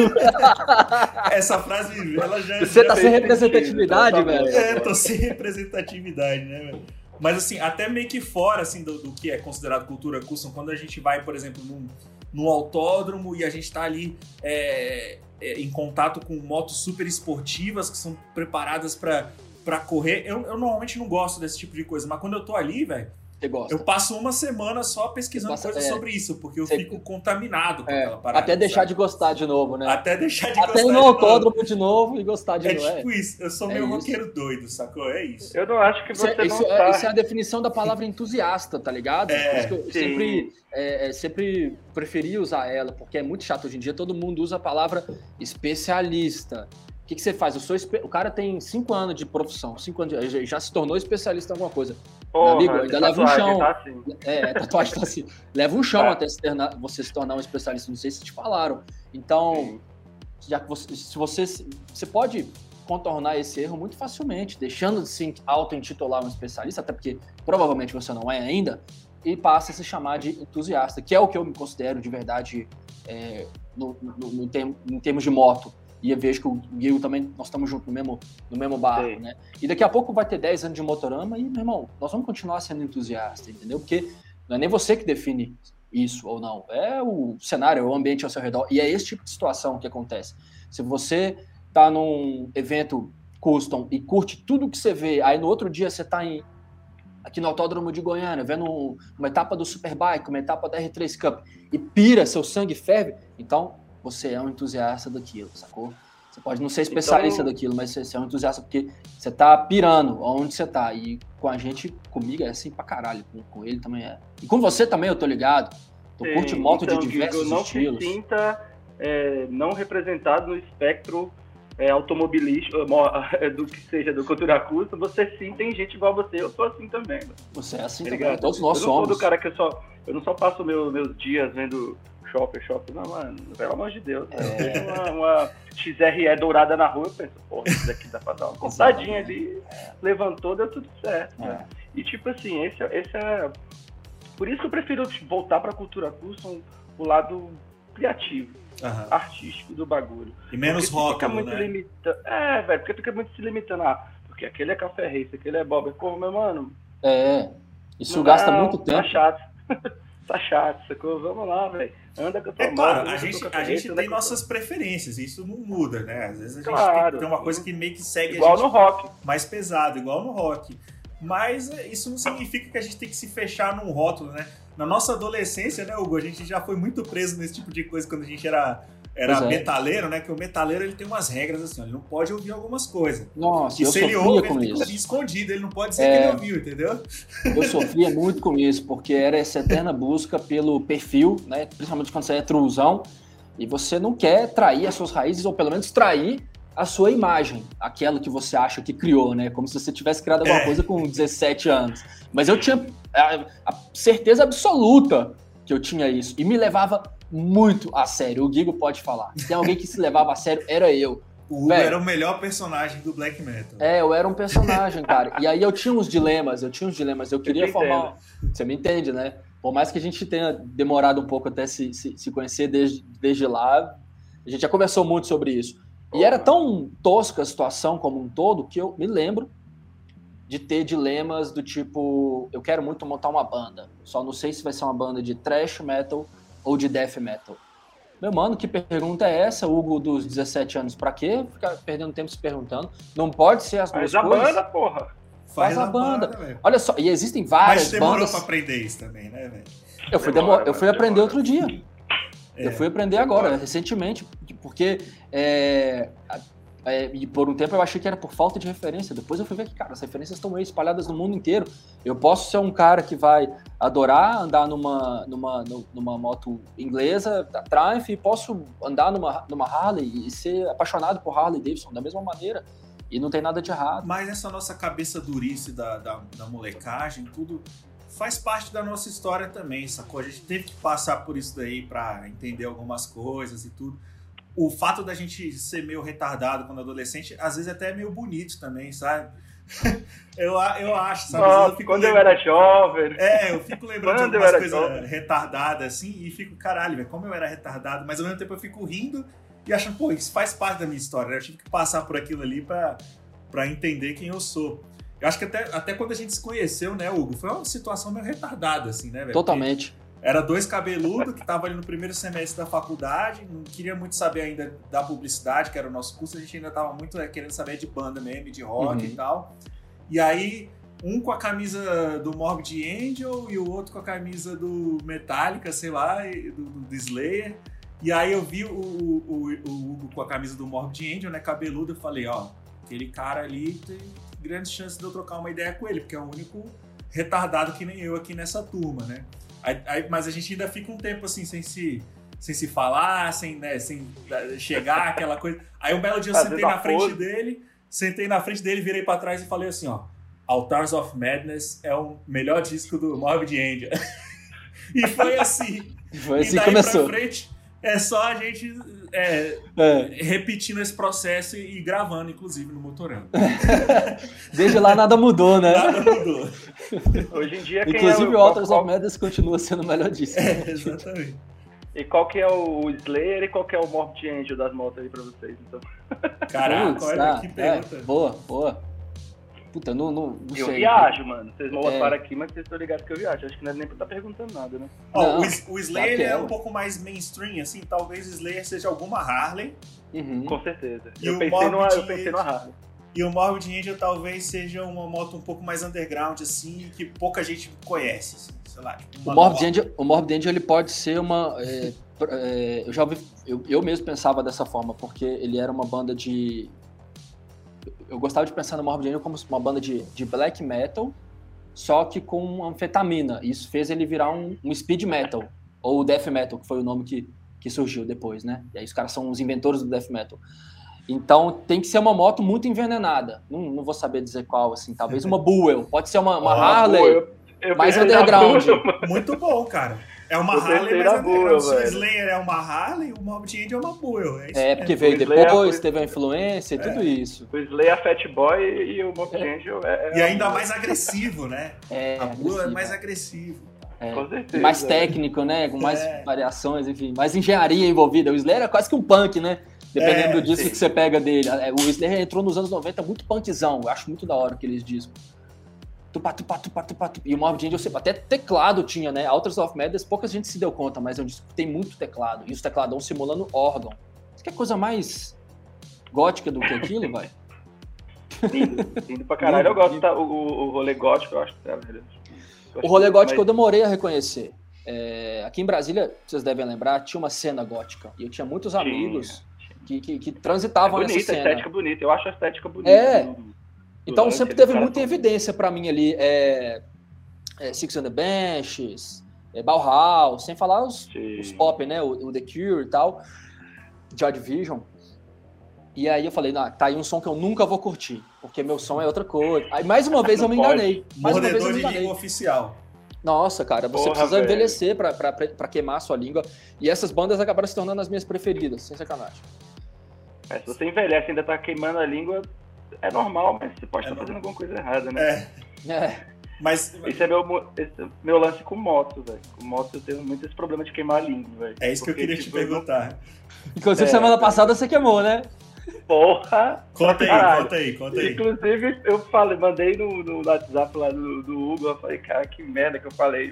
Essa frase, ela já... Você já tá sem fez representatividade, sentido, tá velho. bom. É, tô sem representatividade, né, velho? Mas assim, até meio que fora assim, do, do que é considerado cultura custom, quando a gente vai, por exemplo, num, num autódromo e a gente tá ali é, é, em contato com motos super esportivas que são preparadas pra, pra correr, eu, eu normalmente não gosto desse tipo de coisa, mas quando eu tô ali, velho, Você gosta. eu passo uma semana só pesquisando Passa- coisas é. sobre isso, porque eu Você- fico contaminado com É, aquela parada. até deixar sabe? de gostar de novo, né? Até deixar de Até gostar ir no de novo. autódromo de novo e gostar de É novo. tipo isso, eu sou É meio isso. roqueiro doido, sacou? É isso. Eu não acho que Isso você é, não isso, é, tá... isso é a definição da palavra entusiasta, tá ligado? É, Por isso que eu sim. sempre, é, é, sempre preferi usar ela, porque é muito chato hoje em dia, todo mundo usa a palavra especialista. O que, que você faz? Eu sou espe... O cara tem cinco anos de profissão, cinco anos de... já- já se tornou especialista em alguma coisa. Porra, amigo, ainda leva um tatuagem, chão. tá assim. É, tatuagem tá assim. Leva um chão Tá. até se tornar- você se tornar um especialista. Não sei se te falaram. Então, Sim. já que você, se você, você pode contornar esse erro muito facilmente, deixando de se auto-intitular um especialista, até porque provavelmente você não é ainda, e passa a se chamar de entusiasta, que é o que eu me considero de verdade é, no, no, no termo, em termos de moto. E eu vejo que o Guilherme também, nós estamos juntos no mesmo, no mesmo barco, Sim. né? E daqui a pouco vai ter dez anos de motorama e, meu irmão, nós vamos continuar sendo entusiasta, entendeu? Porque não é nem você que define isso ou não, é o cenário, é o ambiente ao seu redor, e é esse tipo de situação que acontece. Se você tá num evento custom e curte tudo que você vê, aí no outro dia você tá em, aqui no Autódromo de Goiânia, vendo um, uma etapa do Superbike, uma etapa da R três Cup, e pira, seu sangue ferve, então você é um entusiasta daquilo, sacou? Você pode não ser especialista Então- daquilo, mas você é um entusiasta porque você tá pirando onde você tá. E com a gente, comigo é assim pra caralho, com, com ele também é. E com você também, eu tô ligado. Tu Sim, curte moto então, de diversos Guigo, não estilos. se sinta é, não representado no espectro é, automobilístico, mo- do que seja, do cultura custom. Você sim tem gente igual a você, eu sou assim também. Mano. Você é assim Tá também, ligado? todos nós eu não sou somos. do cara que eu só. Eu não só passo meu, meus dias vendo shopper, shopper. Não, mano, pelo amor de Deus. É. Eu vejo uma, uma X R E dourada na rua, eu penso, pô, isso daqui dá pra dar uma cortadinha ali, levantou, deu tudo certo. É. Né? E tipo assim, esse, é- esse é. Por isso que eu prefiro voltar pra cultura custom, o lado criativo, Aham. artístico do bagulho. E menos Porque fica rótulo, muito né? limitando. É, velho, porque fica muito se limitando. Ah, porque aquele é café race, aquele é bob. Pô, meu mano. É. Isso não gasta dá, muito Tá tempo. chato. Tá chato, sacou? Vamos lá, velho. Anda com a tua É claro, moto, a anda gente, com o a café gente race, anda tem com- nossas preferências, isso não muda, né? Às vezes a gente Claro. tem, tem uma coisa que meio que segue Igual a gente no rock. mais pesado, igual no rock. Mas é, isso não significa que a gente tem que se fechar num rótulo, né? Na nossa adolescência, né, Hugo, a gente já foi muito preso nesse tipo de coisa quando a gente era, era Pois é. metaleiro, né? Que o metaleiro ele tem umas regras assim, ó, ele não pode ouvir algumas coisas. Nossa, E eu se ele sofria ouve, com ele tem que isso. ouvir escondido, ele não pode dizer É. que ele ouviu, entendeu? Eu sofria muito com isso, porque era essa eterna busca pelo perfil, né? Principalmente quando você é truzão, e você não quer trair as suas raízes, ou pelo menos trair a sua imagem, aquela que você acha que criou, né? Como se você tivesse criado alguma É. coisa com dezessete anos. Mas eu tinha a, a certeza absoluta que eu tinha isso, e me levava muito a sério. O Guigo pode falar. Se tem alguém que se levava a sério, era eu. O Hugo Velho. era o melhor personagem do black metal. É, eu era um personagem, cara. E aí eu tinha uns dilemas, eu tinha uns dilemas. Eu queria te formar. Você me entende, né? Por mais que a gente tenha demorado um pouco até se, se, se conhecer desde, desde lá, a gente já conversou muito sobre isso. E era tão tosca a situação como um todo que eu me lembro de ter dilemas do tipo: eu quero muito montar uma banda, só não sei se vai ser uma banda de thrash metal ou de death metal. Meu mano, que pergunta é essa, Hugo dos dezessete anos? Pra quê ficar perdendo tempo se perguntando? Não pode ser as duas Mas a coisas. banda, porra. Faz a banda. velho. Olha só, e existem várias Mas demorou bandas. pra aprender isso também, né, velho? Eu fui, Demora, demo... eu fui mas aprender demora. outro dia. É. Eu fui aprender agora, recentemente, porque é, é, e por um tempo eu achei que era por falta de referência. Depois eu fui ver que, cara, as referências estão aí espalhadas no mundo inteiro. Eu posso ser um cara que vai adorar andar numa, numa, numa moto inglesa, da Triumph, e posso andar numa, numa Harley e ser apaixonado por Harley Davidson da mesma maneira. E não tem nada de errado. Mas essa nossa cabeça durice da, da, da molecagem, tudo faz parte da nossa história também, sacou? A gente teve que passar por isso daí pra entender algumas coisas e tudo. O fato da gente ser meio retardado quando adolescente, às vezes até é meio bonito também, sabe? eu, eu acho, sabe? Nossa, eu fico quando lembrando... eu era jovem. É, eu fico lembrando Quando de algumas eu era coisas retardadas assim e fico, caralho, velho, como eu era retardado, mas ao mesmo tempo eu fico rindo e achando, pô, isso faz parte da minha história, né? Eu tive que passar por aquilo ali pra, pra entender quem eu sou. Eu acho que até, até quando a gente se conheceu, né, Hugo, foi uma situação meio retardada, assim, né, velho? Totalmente. Porque era dois cabeludos que estavam ali no primeiro semestre da faculdade, não queria muito saber ainda da publicidade, que era o nosso curso, a gente ainda tava muito é, querendo saber de banda mesmo, de rock Uhum. e tal. E aí, um com a camisa do Morbid Angel e o outro com a camisa do Metallica, sei lá, e do, do Slayer. E aí eu vi o, o, o, o Hugo com a camisa do Morbid Angel, né, cabeludo, eu falei, ó, aquele cara ali tem grandes chances de eu trocar uma ideia com ele, porque é o único retardado que nem eu aqui nessa turma, né? Aí, aí, mas a gente ainda fica um tempo assim, sem se, sem se falar, sem, né, sem chegar, aquela coisa. Aí um belo dia eu Fazer sentei na frente pose. dele, sentei na frente dele, virei pra trás e falei assim, ó, Altars of Madness é o melhor disco do Morbid Angel. E foi assim. Foi assim e que daí começou. pra frente, é só a gente é, É. repetindo esse processo e gravando, inclusive, no Motorama. Desde lá nada mudou, né? Nada mudou. Hoje em dia, quem Inclusive é o Altars qual, of Madness continua sendo o melhor disco. É, exatamente. E qual que é o Slayer e qual que é o Morbid Angel das motos aí pra vocês, então? Caraca, Putz, olha tá, que é, pergunta. boa, boa. Puta, não, não, não Eu sei. viajo, mano. Vocês não É. botaram aqui, mas vocês estão ligados que eu viajo. Acho que não é nem pra estar perguntando nada, né? Ó, Não, o, S- o Slayer claro que é, é, um ué. pouco mais mainstream, assim, talvez o Slayer seja alguma Harley, Uhum. Com certeza. E Eu o pensei, numa, Morbid eu pensei numa Harley. e o Morbid Angel talvez seja uma moto um pouco mais underground, assim, que pouca gente conhece, assim, sei lá. Tipo, O uma Morbid nova- Angel, o Morbid Angel ele pode ser uma. é, pr- é, eu já ouvi, eu, eu mesmo pensava dessa forma, porque ele era uma banda de. Eu gostava de pensar no Morbid Angel como uma banda de, de black metal, só que com anfetamina. Isso fez ele virar um, um speed metal, ou death metal, que foi o nome que, que surgiu depois, né? E aí os caras são os inventores do death metal. Então tem que ser uma moto muito envenenada. Não, não vou saber dizer qual, assim. Talvez uma Buell. Pode ser uma, uma Ó, Harley. Pô, eu, eu mais pensei na underground. Bull, mano. Muito bom, cara. É uma Eu Harley, pensei mas na underground. Buell, Se o velho. Slayer é uma Harley, o Morbid Angel é uma Buell. É, isso É, mesmo. porque veio O Slayer depois, foi- teve a influência e tudo isso. O Slayer, Fat Boy e o Morbid Angel é... E é ainda um- mais agressivo, né? É, A Buell é agressivo. mais agressivo. É. Com certeza. Mais é. técnico, né? Com mais É. variações, enfim. Mais engenharia envolvida. O Slayer é quase que um punk, né? Dependendo É, do disco sim. que você pega dele. É, O Slayer entrou nos anos noventa muito punkzão. Eu acho muito da hora aqueles discos. Tupá, tupá, tupá, tupá, tupá. E o Morbid Angel, até teclado tinha, né? Altars of Madness, pouca gente se deu conta, mas é um disco que tem muito teclado. E os tecladão simulando órgão. Isso que é coisa mais gótica do que aquilo, vai? Lindo, lindo pra caralho. Eu gosto, tá? O, o, o rolê gótico, eu acho que é velho. O rolê gótico eu mas... demorei a reconhecer. É, aqui em Brasília, vocês devem lembrar, tinha uma cena gótica. E eu tinha muitos Tinha, amigos que, que, que É transitavam nessa bonita, a cena. estética bonita. Eu acho a estética bonita. É. do- do Então lance, sempre dos teve caras muita tão- evidência pra mim ali. É, é Six on the Benches, é Bauhaus, sem falar os, Sim. os pop, né? O, o The Cure e tal, Joy Division. E aí eu falei, não, tá aí um som que eu nunca vou curtir, porque meu som é outra coisa. Aí mais uma vez eu me Não pode. enganei. Mais uma vez eu Mordedor me de enganei. língua oficial. Nossa, cara, você Porra, precisa velho. envelhecer pra, pra, pra queimar a sua língua. E essas bandas acabaram se tornando as minhas preferidas, sem sacanagem. É, se você envelhece e ainda tá queimando a língua, é normal, mas você pode É estar normal. fazendo alguma coisa errada, né? É, É, mas Esse é meu, mo- esse é meu lance com moto, velho. Com moto eu tenho muito esse problema de queimar a língua, velho. é isso que eu Porque, queria te tipo, eu não- perguntar. inclusive É, semana é. passada você queimou, né? Porra! Conta aí, Caralho. conta aí, conta aí. Inclusive, eu falei, mandei no, no WhatsApp lá do, do Hugo, eu falei, cara, que merda que eu falei.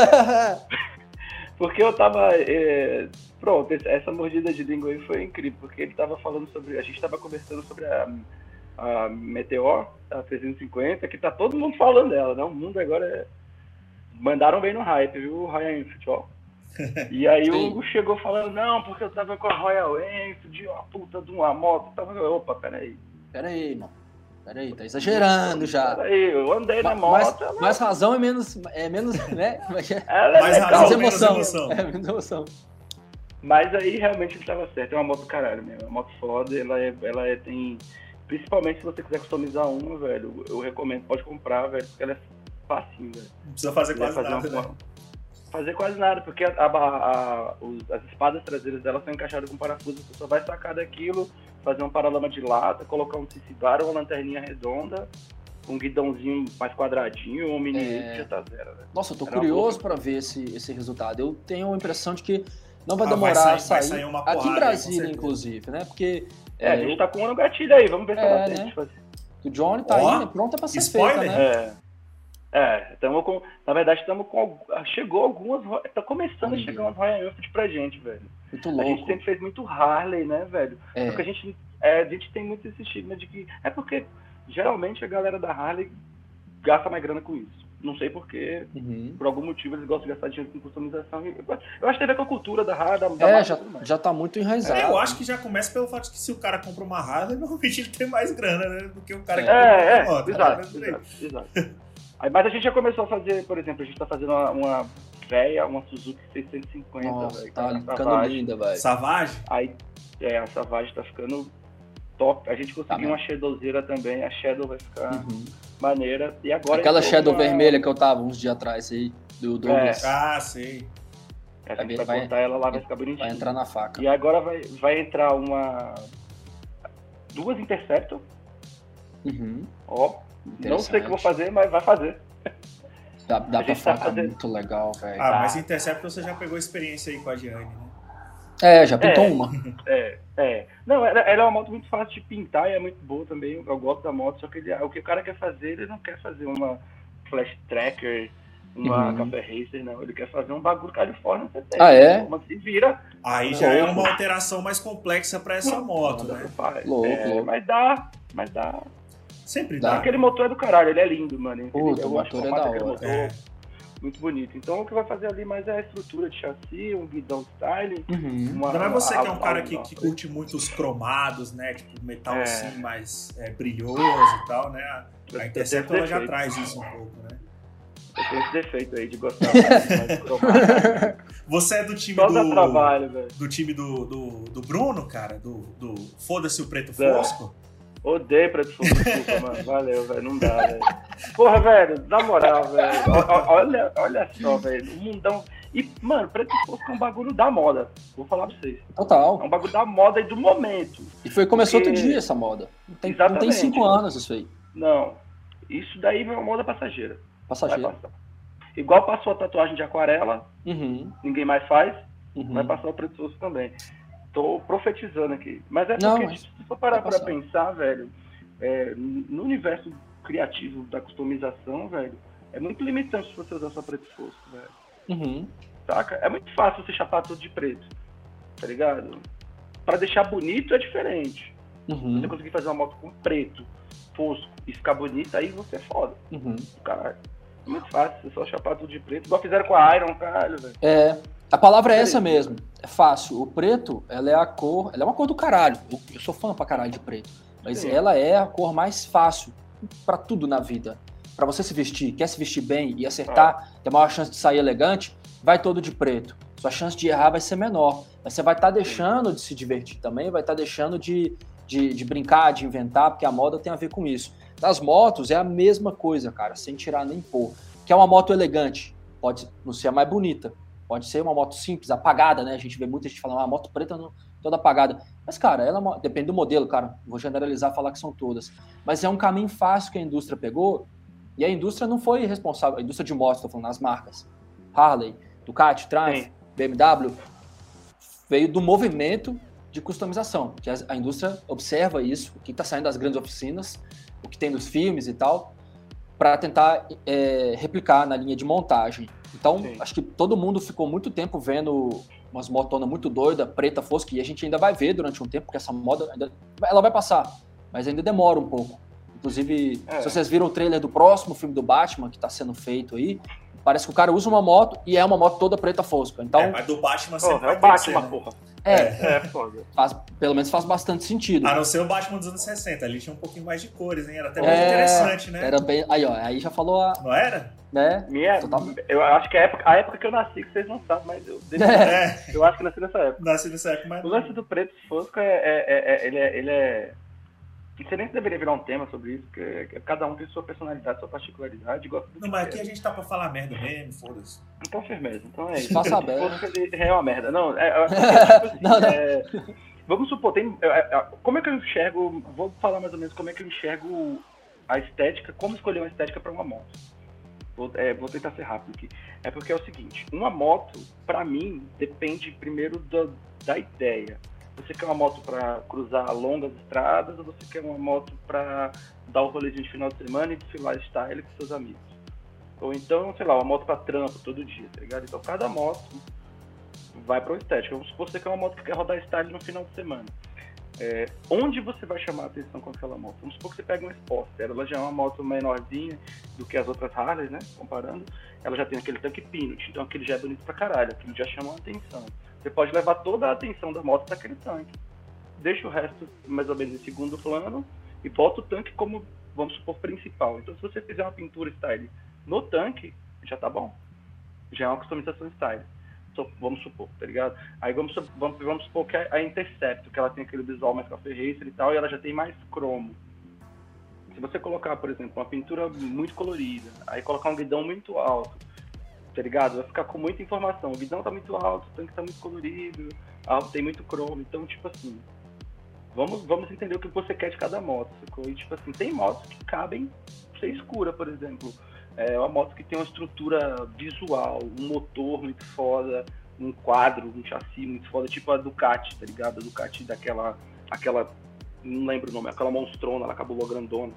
Porque eu tava. é, Pronto, esse- essa mordida de língua aí foi incrível, porque ele tava falando sobre. A gente tava conversando sobre a, a Meteor, a trezentos e cinquenta, que tá todo mundo falando dela, né? O mundo agora é. Mandaram bem no hype, viu? O Royal Enfield, ó. E aí o Sim. Hugo chegou falando, não, porque eu tava com a Royal Enfield, uma puta de uma moto. Tava... Opa, peraí. Pera aí, irmão. Pera aí, tá exagerando já. Peraí, eu andei na Ma- moto. mais, ela- mais razão é menos, é menos, né? ela é Mais legal, razão, Menos menos emoção. emoção. É, menos emoção. Mas aí realmente ele tava certo, é uma moto do caralho mesmo, é uma moto foda, ela, é, ela é, tem, Principalmente se você quiser customizar uma, velho, eu recomendo, pode comprar, velho, porque ela é facinho, velho. Não precisa fazer quase fazer nada, uma, né? Fazer quase nada, porque a, a, a, os, as espadas traseiras dela são encaixadas com parafuso, você só vai sacar daquilo, fazer um paralama de lata, colocar um cicibar, uma lanterninha redonda, um guidãozinho mais quadradinho, um mini É... já tá zero, velho. Nossa, eu tô Era curioso para ver esse, esse resultado. Eu tenho a impressão de que não vai Ah, demorar vai sair- a sair, vai sair uma aqui porrada em aí, Brasília, com certeza. inclusive, né? Porque É, a é, gente o, tá com um no gatilho aí, vamos ver se É, ela tem. né? Fazer. o Johnny tá Ó, aí, né? Pronta pra ser spoiler. feita, né? É, é, estamos com, na verdade estamos com, chegou algumas, tá começando Olha. a chegar umas Royal Enfield pra gente, velho. Muito A gente louco. sempre fez muito Harley, né, velho? É. Só que a gente, é, a gente tem muito esse estigma de que, é porque geralmente a galera da Harley gasta mais grana com isso. Não sei porquê, Uhum. por algum motivo eles gostam de gastar dinheiro com customização. Eu acho que tem a ver com a cultura da Harley, da, da É, marca já, e tudo mais. já tá muito enraizado. Eu acho que já começa pelo fato de que se o cara compra uma Harley, normalmente ele tem mais grana, né? Do que o cara que compra É, uma é, moto. exato, Mas, exato, exato. Aí, mas a gente já começou a fazer, por exemplo, a gente tá fazendo uma, uma véia, uma Suzuki seiscentos e cinquenta, Nossa, velho, tá que é uma ficando Savage. linda, velho. Savage? Aí, é, a Savage tá ficando top. A gente conseguiu Tá mesmo. uma Shadowzeira também, a Shadow vai ficar Uhum. maneira. E agora Aquela entrou Shadow uma- vermelha que eu tava uns dias atrás aí, do Douglas, Ah, sei. A gente vai- vai, vai- botar ela lá, vai ficar bonitinha. vai entrar na faca. E agora vai, vai entrar uma... Duas Interceptor, Uhum. ó. Não sei o que eu vou Interessante. fazer, mas vai fazer. Dá, dá A pra gente tá falar, fazendo- muito legal, velho. Ah, Tá. mas Interceptor você já pegou experiência aí com a Gianni, né? É, já pintou É. uma. É, é. Não, ela, ela é uma moto muito fácil de pintar e é muito boa também. Eu gosto da moto, só que ele- o que o cara quer fazer, ele não quer fazer uma Flash Tracker, uma Uhum. Café Racer, não. Ele quer fazer um bagulho Califórnia setenta. Ah, é? Mas se vira. Aí já é Louco. uma alteração mais complexa pra essa moto, manda né? pro pai. Louco, É, louco. Mas dá, mas dá. Sempre Dá. dá. Aquele motor é do caralho, ele é lindo, mano. Puta, Eu o acho motor é formato da daquele hora. motor É. muito bonito. Então o que vai fazer ali mais é a estrutura de chassi, um guidão styling. Uhum. Uma, Ainda mais você que é um a- cara a- que, que curte muito os cromados, né? Tipo, metal É. assim, mais é, brilhoso e tal, né? A, Eu a tenho Interceptor esse ela já defeito. traz isso um pouco, né? Eu tenho esse defeito aí de gostar mais cromado. Você é do time Só dá do. trabalho, velho. Do time do, do, do Bruno, cara? Do, do Foda-se o Preto É. Fosco? Odeio preto fogo, desculpa, mano. Valeu, velho. Não dá, velho. Porra, velho, na moral, velho. o- o- Olha, olha só, velho. O mundão. E, mano, preto fosco é um bagulho da moda. Vou falar pra vocês. É Total. um bagulho da moda e do momento. E foi, começou Porque- outro dia essa moda. Não tem, não Exatamente. tem cinco anos isso aí. Não. Isso daí é uma moda passageira. Vai Passageiro. passar. Igual passou a tatuagem de aquarela, Uhum. ninguém mais faz, Uhum. vai passar o preto fosco também. Tô profetizando aqui. Mas é porque, Não, mas se for parar vai pra passar. pensar, velho, é, no universo criativo da customização, velho, é muito limitante você usar só preto fosco, velho. Uhum. Saca? É muito fácil você chapar tudo de preto, tá ligado? Pra deixar bonito é diferente. Uhum. Você conseguir fazer uma moto com preto, fosco e ficar bonita, aí você é foda. Uhum. Caralho. É muito fácil, você só chapar tudo de preto, igual fizeram com a Iron, caralho, velho. É, a palavra é essa mesmo. É fácil. O preto, ela é a cor. Ela é uma cor do caralho. Eu, eu sou fã pra caralho de preto. Mas Sim. ela é a cor mais fácil pra tudo na vida. Pra você se vestir, quer se vestir bem e acertar, ter maior chance de sair elegante, vai todo de preto. Sua chance de errar vai ser menor. Mas você vai estar deixando de se divertir também, vai estar deixando de, de, de brincar, de inventar, porque a moda tem a ver com isso. Nas motos é a mesma coisa, cara, sem tirar nem pôr. Que é uma moto elegante, pode não ser a mais bonita, pode ser uma moto simples, apagada, né? A gente vê muita gente falando, ah, moto preta não, toda apagada. Mas, cara, ela é uma- depende do modelo, cara. Vou generalizar, falar que são todas. Mas é um caminho fácil que a indústria pegou, e a indústria não foi responsável, a indústria de motos, tô falando, as marcas. Harley, Ducati, Triumph, Sim. B M W, veio do movimento de customização, que a, a indústria observa isso, o que está saindo das grandes oficinas, o que tem nos filmes e tal, para tentar é, replicar na linha de montagem. Então, Sim. acho que todo mundo ficou muito tempo vendo umas motonas muito doidas, preta, fosca, e a gente ainda vai ver durante um tempo, porque essa moda, ainda, ela vai passar, mas ainda demora um pouco. Inclusive, É. se vocês viram o trailer do próximo filme do Batman, que está sendo feito aí, parece que o cara usa uma moto e é uma moto toda preta fosca. Então, É, mas do Batman sempre Porra, é vai o ter que ser, Batman, né? porra. é, É, foda. faz, pelo menos faz bastante sentido. A não ser o Batman dos anos sessenta, ali tinha um pouquinho mais de cores, hein? Era até É, mais interessante, né? Era bem, aí, ó, aí já falou a, Não era? né? Minha, Totalmente. eu acho que a época, a época que eu nasci, que vocês não sabem, mas eu, É, eu acho que nasci nessa época. nasci nessa época, mas... O lance do preto fosco é, é, é- é- ele é, ele é Não sei nem se deveria virar um tema sobre isso, porque cada um tem sua personalidade, sua particularidade. Gosta do não, mas aqui a gente tá pra falar merda mesmo, foda-se. Então, firmeza. Então é isso. Espaço aberto. É uma merda. Não, é, eu acho que, tipo assim, não, não. É, vamos supor, tem, é, como é que eu enxergo, vou falar mais ou menos como é que eu enxergo a estética, como escolher uma estética para uma moto. Vou, é, vou tentar ser rápido aqui. É porque é o seguinte, uma moto, para mim, depende primeiro do, da ideia. Você quer uma moto para cruzar longas estradas ou você quer uma moto para dar um rolezinho de final de semana e desfilar style com seus amigos? Ou então, sei lá, uma moto para trampo todo dia, tá ligado? Então cada moto vai para o estético. Vamos supor que você quer uma moto que quer rodar style no final de semana. É, onde você vai chamar a atenção com aquela moto? Vamos supor que você pega uma Sportster, ela já é uma moto menorzinha do que as outras Harley, né? Comparando, ela já tem aquele tanque Pinot, então aquele já é bonito pra caralho, aquilo já chama a atenção. Você pode levar toda a atenção da moto para aquele tanque. Deixa o resto mais ou menos em segundo plano e bota o tanque como, vamos supor, principal. Então se você fizer uma pintura style no tanque, já tá bom. Já é uma customização style. Vamos supor, tá ligado? Aí vamos, vamos, vamos supor que a Intercept, que ela tem aquele visual mais café racer e tal, e ela já tem mais cromo. Se você colocar, por exemplo, uma pintura muito colorida, aí colocar um guidão muito alto, tá ligado? Vai ficar com muita informação. O guidão tá muito alto, o tanque tá muito colorido, tem muito cromo. Então, tipo assim, vamos, vamos entender o que você quer de cada moto, sacou? E, tipo assim, tem motos que cabem ser escura, por exemplo. É uma moto que tem uma estrutura visual, um motor muito foda, um quadro, um chassi muito foda, tipo a Ducati, tá ligado? A Ducati daquela, aquela, não lembro o nome, aquela monstrona, ela cabulou grandona.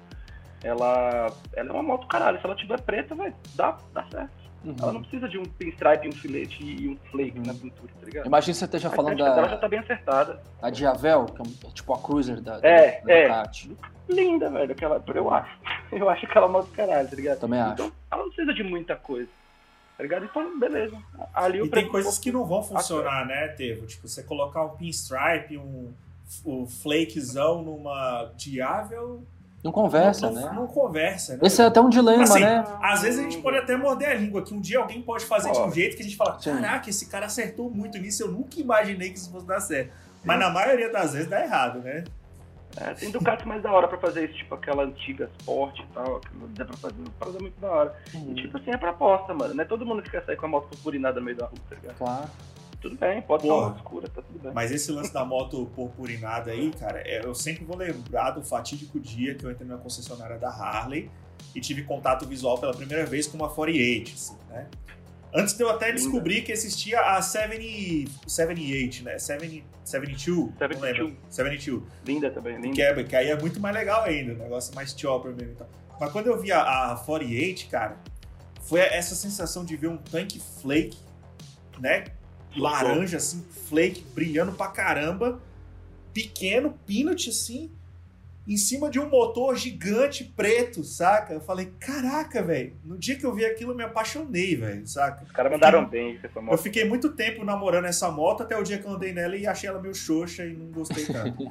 Ela, ela é uma moto caralho, se ela tiver preta, vai dar, dá certo. Uhum. Ela não precisa de um pinstripe, um filete e um flake uhum. na pintura, tá ligado? Imagina você esteja falando da... Ela já tá bem acertada. A Diavel, que é tipo a Cruiser da, é, da é. Ducati. Linda, velho, aquela, eu acho. Eu acho aquela moto caralho, tá ligado? Também acho. Então, ela não precisa de muita coisa, tá ligado? Então, beleza. Ali e o tem coisas que não vão funcionar, né, Tevo? Tipo, você colocar um pinstripe, um, um flakezão numa Diavel... Não conversa, não, não, né? Não conversa, né? Esse é até um dilema, assim, né? Às vezes a gente pode até morder a língua, que um dia alguém pode fazer oh. de um jeito que a gente fala, caraca, esse cara acertou muito nisso, eu nunca imaginei que isso fosse dar certo. Mas na maioria das vezes dá errado, né? É, tem Ducati mais da hora pra fazer isso, tipo aquela antiga Sport e tal, que dá pra fazer, parada muito da hora. Uhum. E tipo assim, é proposta, mano. Não é todo mundo que quer sair com a moto purpurinada no meio da rua, tá ligado? Claro. Tudo bem, pode ser uma escura, tá tudo bem. Mas esse lance da moto purpurinada aí, cara, é, eu sempre vou lembrar do fatídico dia que eu entrei na concessionária da Harley e tive contato visual pela primeira vez com uma quarenta e oito, assim, né? Antes de eu até descobrir que existia a setenta, setenta e oito, né? setenta, setenta e dois, setenta e dois. Não lembro. setenta e dois. Linda também, linda. Que, é, que aí é muito mais legal ainda, o negócio mais chopper mesmo e tal. Mas quando eu vi a, a quarenta e oito, cara, foi essa sensação de ver um tanque flake, né? Laranja, assim, flake, brilhando pra caramba, pequeno, Pinot, assim, em cima de um motor gigante preto, saca? Eu falei, caraca, velho, no dia que eu vi aquilo eu me apaixonei, velho, saca? Os caras mandaram bem essa moto. Eu fiquei muito tempo namorando essa moto, até o dia que eu andei nela e achei ela meio xoxa e não gostei tanto.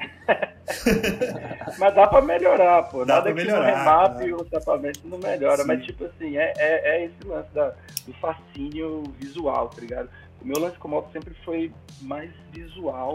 Mas dá pra melhorar, pô. Dá Nada pra que melhorar, o remap tá? e o tapamento não melhora. Sim. Mas, tipo assim, é, é, é esse lance da, do fascínio visual, tá ligado? O meu lance com moto sempre foi mais visual.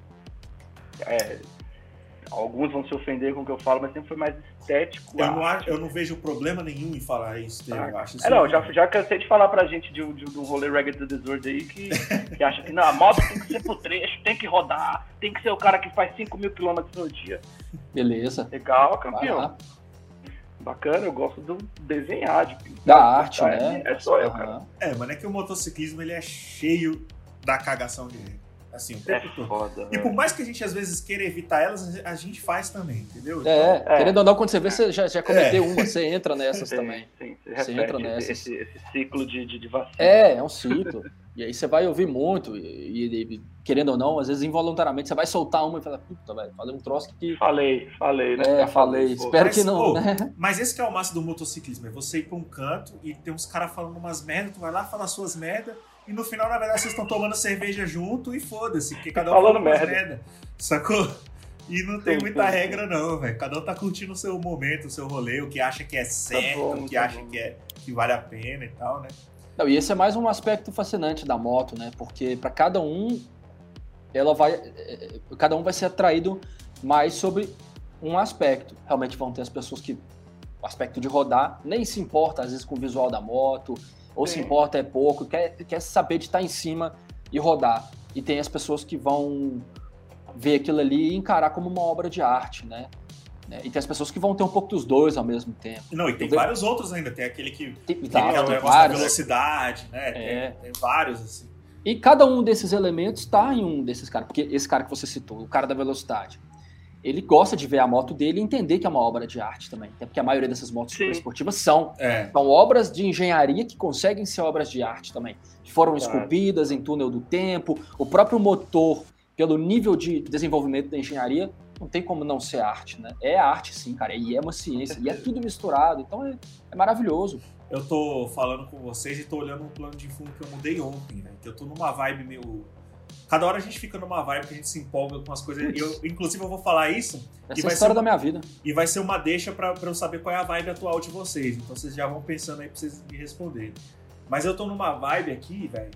É, alguns vão se ofender com o que eu falo, mas sempre foi mais estético. Eu não, acho, eu não vejo problema nenhum em falar isso, Tevo, eu acho. É, não, já, já cansei de falar pra gente de, de, de um rolê Reggae do Desord aí que, que acha que não, a moto tem que ser pro trecho, tem que rodar, tem que ser o cara que faz cinco mil quilômetros no dia. Beleza. Legal, campeão. Bacana, eu gosto do desenhar, de pintar. Da arte, é, né? É só eu, cara. É, mano, é que o motociclismo ele é cheio da cagação de regra. Assim, o é tempo todo. Foda, e por mais que a gente às vezes queira evitar elas, a gente faz também, entendeu? É, então, querendo ou não, quando você vê, você já, já cometeu É. uma, você entra nessas sim, também. Sim, você, Você repete entra nessas. Esse, esse ciclo de, de, de vacina. É, é um ciclo. E aí você vai ouvir muito, e, e- e, querendo ou não, às vezes involuntariamente, você vai soltar uma e fala, puta, velho, falei um troço que... Falei, falei, né? É, Já falei, pô. espero Mas, que não, pô, né? Mas esse que é o massa do motociclismo, é você ir pra um canto e tem uns caras falando umas merdas, tu vai lá falar suas merdas, e no final, na verdade, vocês estão tomando cerveja junto e foda-se, porque cada um Falando fala umas merda. merda, sacou? E não tem Sim, muita sim, sim. regra não, velho. Cada um tá curtindo o seu momento, o seu rolê, o que acha que é certo, bom, o que tá acha bom. que, é, que vale a pena e tal, né? Não, e esse é mais um aspecto fascinante da moto, né? Porque para cada um, ela vai, cada um vai ser atraído mais sobre um aspecto. Realmente vão ter as pessoas que, o aspecto de rodar, nem se importa às vezes com o visual da moto, ou Sim. se importa é pouco, quer, quer saber de estar em cima e rodar. E tem as pessoas que vão ver aquilo ali e encarar como uma obra de arte, né? E tem as pessoas que vão ter um pouco dos dois ao mesmo tempo. Não, e tem Entendeu? vários outros ainda. Tem aquele que tem, tem, tá, tem o negócio da velocidade, né? É. Tem, tem vários, assim. E cada um desses elementos está em um desses caras. Porque esse cara que você citou, o cara da velocidade, ele gosta de ver a moto dele e entender que é uma obra de arte também. Até porque a maioria dessas motos super esportivas são. É. São obras de engenharia que conseguem ser obras de arte também. Que foram Claro. esculpidas em túnel do tempo. O próprio motor, pelo nível de desenvolvimento da engenharia, não tem como não ser arte, né? É arte sim, cara. E é uma ciência. E é tudo misturado. Então é, é maravilhoso. Eu tô falando com vocês e tô olhando um plano de fundo que eu mudei ontem, né? Que eu tô numa vibe meio... Cada hora a gente fica numa vibe que a gente se empolga com as coisas. E eu, inclusive, eu vou falar isso. Essa e é vai a história ser uma, da minha vida. E vai ser uma deixa pra, pra eu saber qual é a vibe atual de vocês. Então vocês já vão pensando aí pra vocês me responderem. Mas eu tô numa vibe aqui, velho,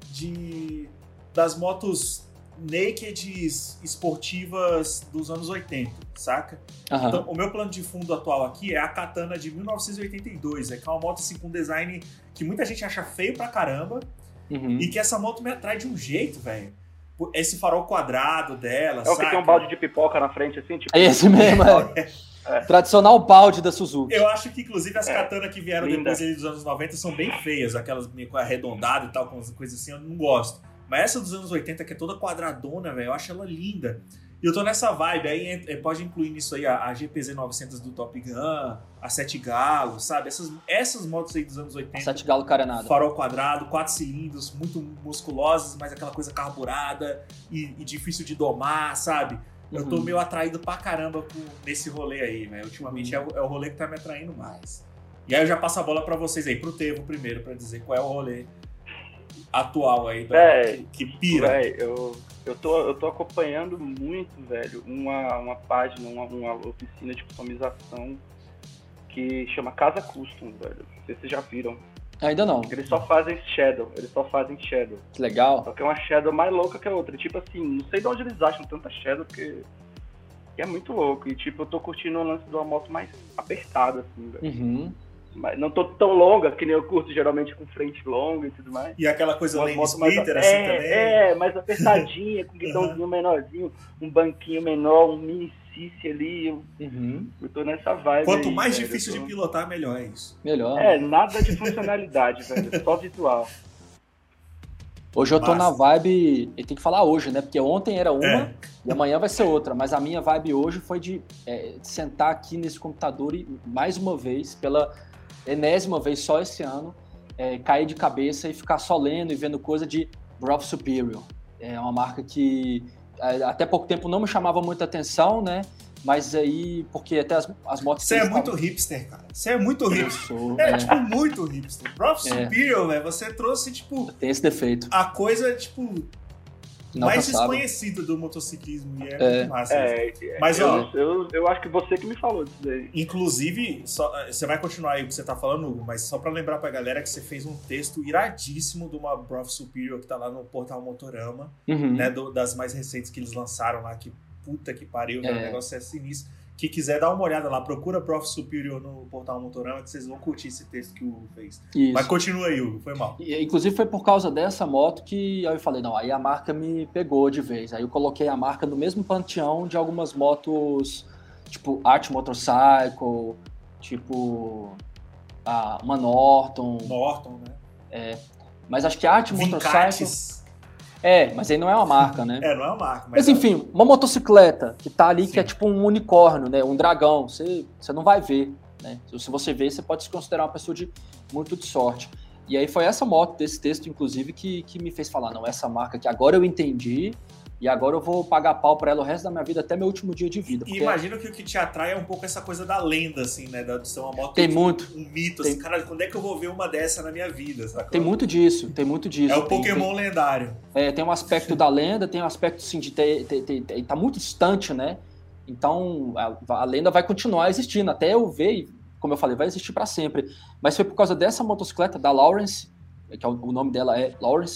de... das motos nakeds esportivas dos anos oitenta, saca? Uhum. Então, o meu plano de fundo atual aqui é a Katana de mil novecentos e oitenta e dois, é que é uma moto assim, com um design que muita gente acha feio pra caramba, uhum. e que essa moto me atrai de um jeito, velho. Esse farol quadrado dela, É saca? o que tem um balde de pipoca na frente, assim? Tipo... É esse mesmo, é. É. Tradicional balde da Suzuki. Eu acho que, inclusive, as é. Katana que vieram Linda. depois ali, dos anos noventa são bem feias, aquelas meio arredondadas e tal, com coisas assim, eu não gosto. Mas essa dos anos oitenta, que é toda quadradona, velho, eu acho ela linda. E eu tô nessa vibe, aí pode incluir nisso aí a, a G P Z novecentos do Top Gun, a Sete Galo, sabe? Essas, essas motos aí dos anos oitenta. A Sete Galo carenada. Farol quadrado, quatro cilindros, muito musculosas, mas aquela coisa carburada e, e difícil de domar, sabe? Eu tô Uhum. meio atraído pra caramba com, nesse rolê aí, velho. Ultimamente uhum. é, o, é o rolê que tá me atraindo mais. E aí eu já passo a bola pra vocês aí, pro Tevo primeiro, pra dizer qual é o rolê atual aí, da, véi, que, que pira. Véi, eu, eu, tô, eu tô acompanhando muito, velho, uma, uma página, uma, uma oficina de customização que chama Casa Custom, velho. Não sei se vocês já viram. Ainda não. Eles só fazem Shadow, eles só fazem Shadow. Que legal. Só que é uma Shadow mais louca que a outra. Tipo assim, não sei de onde eles acham tanta Shadow, porque é muito louco. E tipo, eu tô curtindo o lance de uma moto mais apertada, assim, velho. Uhum. Mas não tô tão longa, que nem eu curto geralmente com frente longa e tudo mais. E aquela coisa lane splitter, mais, assim, é, também. É, mais apertadinha, com guidãozinho uhum. menorzinho, um banquinho menor, um mini cice ali. Eu, uhum. eu tô nessa vibe. Quanto aí, mais velho, difícil tô... de pilotar, melhor é isso. Melhor. É, nada de funcionalidade, velho, só visual. Hoje eu tô Massa. na vibe, e tem que falar hoje, né? Porque ontem era uma é. e amanhã vai ser outra. Mas a minha vibe hoje foi de, é, de sentar aqui nesse computador e, mais uma vez, pela enésima vez só esse ano, é, cair de cabeça e ficar só lendo e vendo coisa de Brough Superior. É uma marca que é, até pouco tempo não me chamava muita atenção, né? Mas aí, porque até as, as motos... Você é muito hipster, cara. Você é muito hipster. Sou, é, é, tipo, muito hipster. Brough É. Superior, velho, você trouxe, tipo... Tem esse defeito. A coisa, tipo... Não mais cansava. desconhecido do motociclismo. E é, É. muito massa. É, Mas, eu, ó... eu, eu acho que você que me falou disso daí. Inclusive, só, você vai continuar aí o que você tá falando, Hugo, mas só pra lembrar pra galera que você fez um texto iradíssimo de uma Brough Superior que tá lá no portal Motorama, Uhum. né, do, das mais recentes que eles lançaram lá, que puta que pariu, né, É. o negócio é sinistro. Que quiser dar uma olhada lá, procura Brough Superior no portal Motorama que vocês vão curtir esse texto que o Hugo fez. Isso. Mas continua aí, Hugo, foi mal. E, inclusive foi por causa dessa moto que aí eu falei, não, aí a marca me pegou de vez. Aí eu coloquei a marca no mesmo panteão de algumas motos, tipo Art Motorcycle, tipo a, uma Norton. Norton, né? Mas acho que a Art Motorcycle... Vincates. É, mas aí não é uma marca, né? É, não é uma marca. Mas, Mas, enfim, uma motocicleta que tá ali, Sim. que é tipo um unicórnio, né? Um dragão. Você, você não vai ver, né? Se você ver, você pode se considerar uma pessoa de muito de sorte. E aí foi essa moto desse texto, inclusive, que, que me fez falar, não, essa marca que agora eu entendi e agora eu vou pagar pau pra ela o resto da minha vida, até meu último dia de vida. E porque imagino que o que te atrai é um pouco essa coisa da lenda, assim, né? Da, de ser uma moto Tem tipo, muito. um mito, Tem- assim, cara, quando é que eu vou ver uma dessa na minha vida, sacou? tem muito disso, tem muito disso. É o Tem- Pokémon lendário. Tem, é, tem um aspecto da lenda, tem um aspecto, assim, de ter, ter, ter, ter- tá muito distante, né? Então, a, a lenda vai continuar existindo, até eu ver, e, como eu falei, vai existir para sempre. Mas foi por causa dessa motocicleta, da Lawrence, que é o, o nome dela é Lawrence,